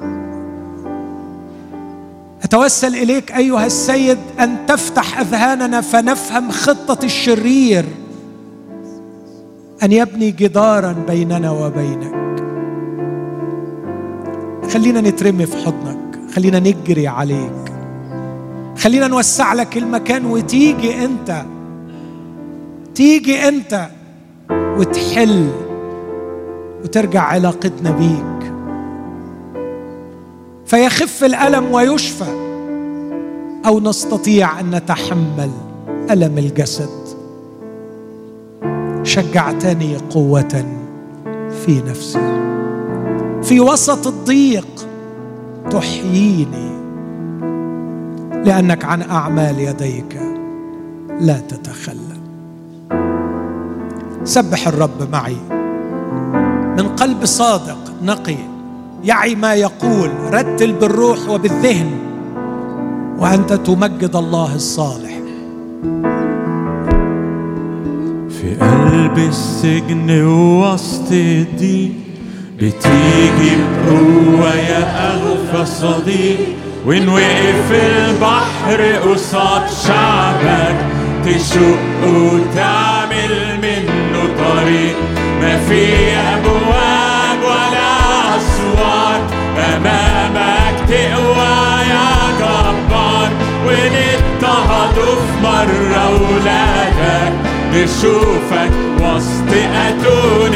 أتوسل إليك أيها السيد أن تفتح أذهاننا فنفهم خطة الشرير أن يبني جدارا بيننا وبينك. خلينا نترمي في حضنك، خلينا نجري عليك، خلينا نوسع لك المكان وتيجي أنت وتحل وترجع علاقتنا بيك، فيخف الألم ويشفى، أو نستطيع أن نتحمل ألم الجسد. شجعتني قوة في نفسي، في وسط الضيق تحييني، لأنك عن أعمال يديك لا تتخلى. سبح الرب معي من قلب صادق نقي يعي ما يقول. رتل بالروح وبالذهن وأنت تمجد الله الصالح. في قلب السجن ووسط الضيق بتيجي بقوة يا أغفى صديق، وإن وقف البحر قصاد شعبك تشق وتعمل منه طريق. ما في أبواب ولا أسوار أمامك تقوى يا جبار، وإن اضطهدوا في مرة ولادك نشوفك وسط أتون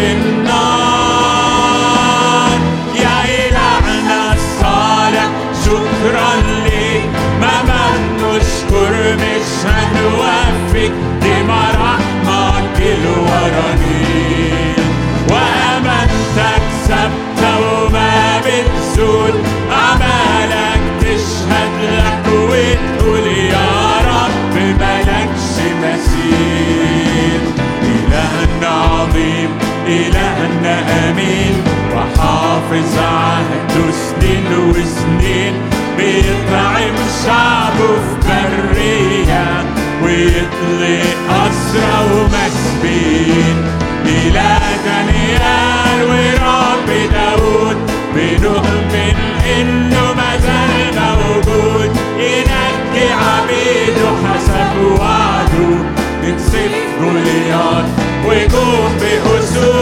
النار. يا إلهنا الصالح شكرا ليك، ما نشكر مش هنوفيك، دي مراحمك الورانيين، وأمانتك ثابتة وما بتزول، أعمالك تشهد لك وتقول يا رب ملكش مثيل. إلهنا عظيم، إلهنا أمين، وحافظ عهده سنين وسنين، بيطعم شعبه في برية ويطلق أسرى ومسبين. إله دانيال ورب داود بنؤمن إنه مازال موجود، ينجي عبيده حسب وعده من سيف جولياث وجوه بأسود.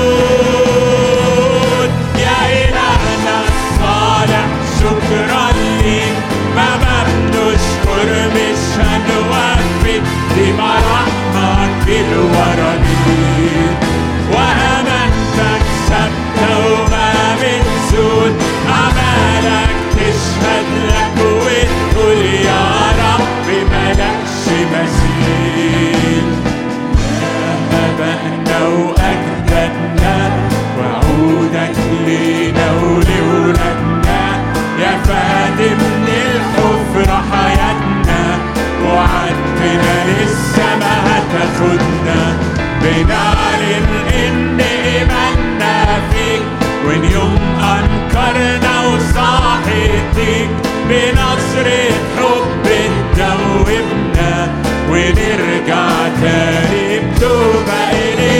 يا إلهنا الصالح شكرا ليك، ما بنشكر مش هنوفي، دي مراحمك الورانيين، وأمانتك ثابتة وما بتزول، أعمالك تشهد لك وتقول يا رب ملكش مثيل. يا آبائنا وأجدادنا وعودك لينا ولولادنا، يا فادم للحفرة حياتنا، وعدتنا للسما هتاخدنا، بنعلن إن إيماننا فيك، وإن يوم أنكرنا وصاحيتك بنصرة حب تدوبنا، ونرجع تاني بتوبة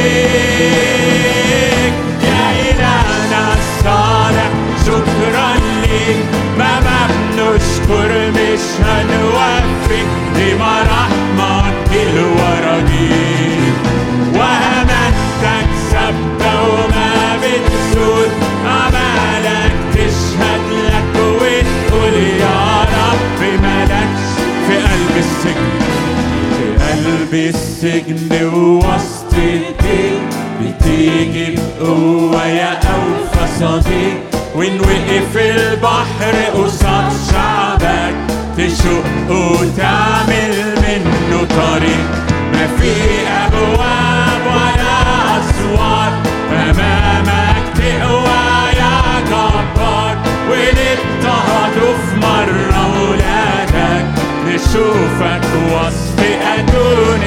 إليك. يا إلهنا الصالح شكرا ليك، ما بنشكر مش هنوفي، دي مراحمك الورانيين، وأمانتك ثابتة وما بتزول، أعمالك تشهد لك وتقول يا رب ملكش. في قلب السجن، في قلب السجن ووسط الضيق بتيجي بقوة يا أوفى صديق، وإن وقف البحر قصاد شعبك تشق وتعمل منه طريق. ما في أبواب ولا أسوار أمامك تقوى يا جبار، وإن اضطهدوا في مرة ولادك نشوفك وسط أتون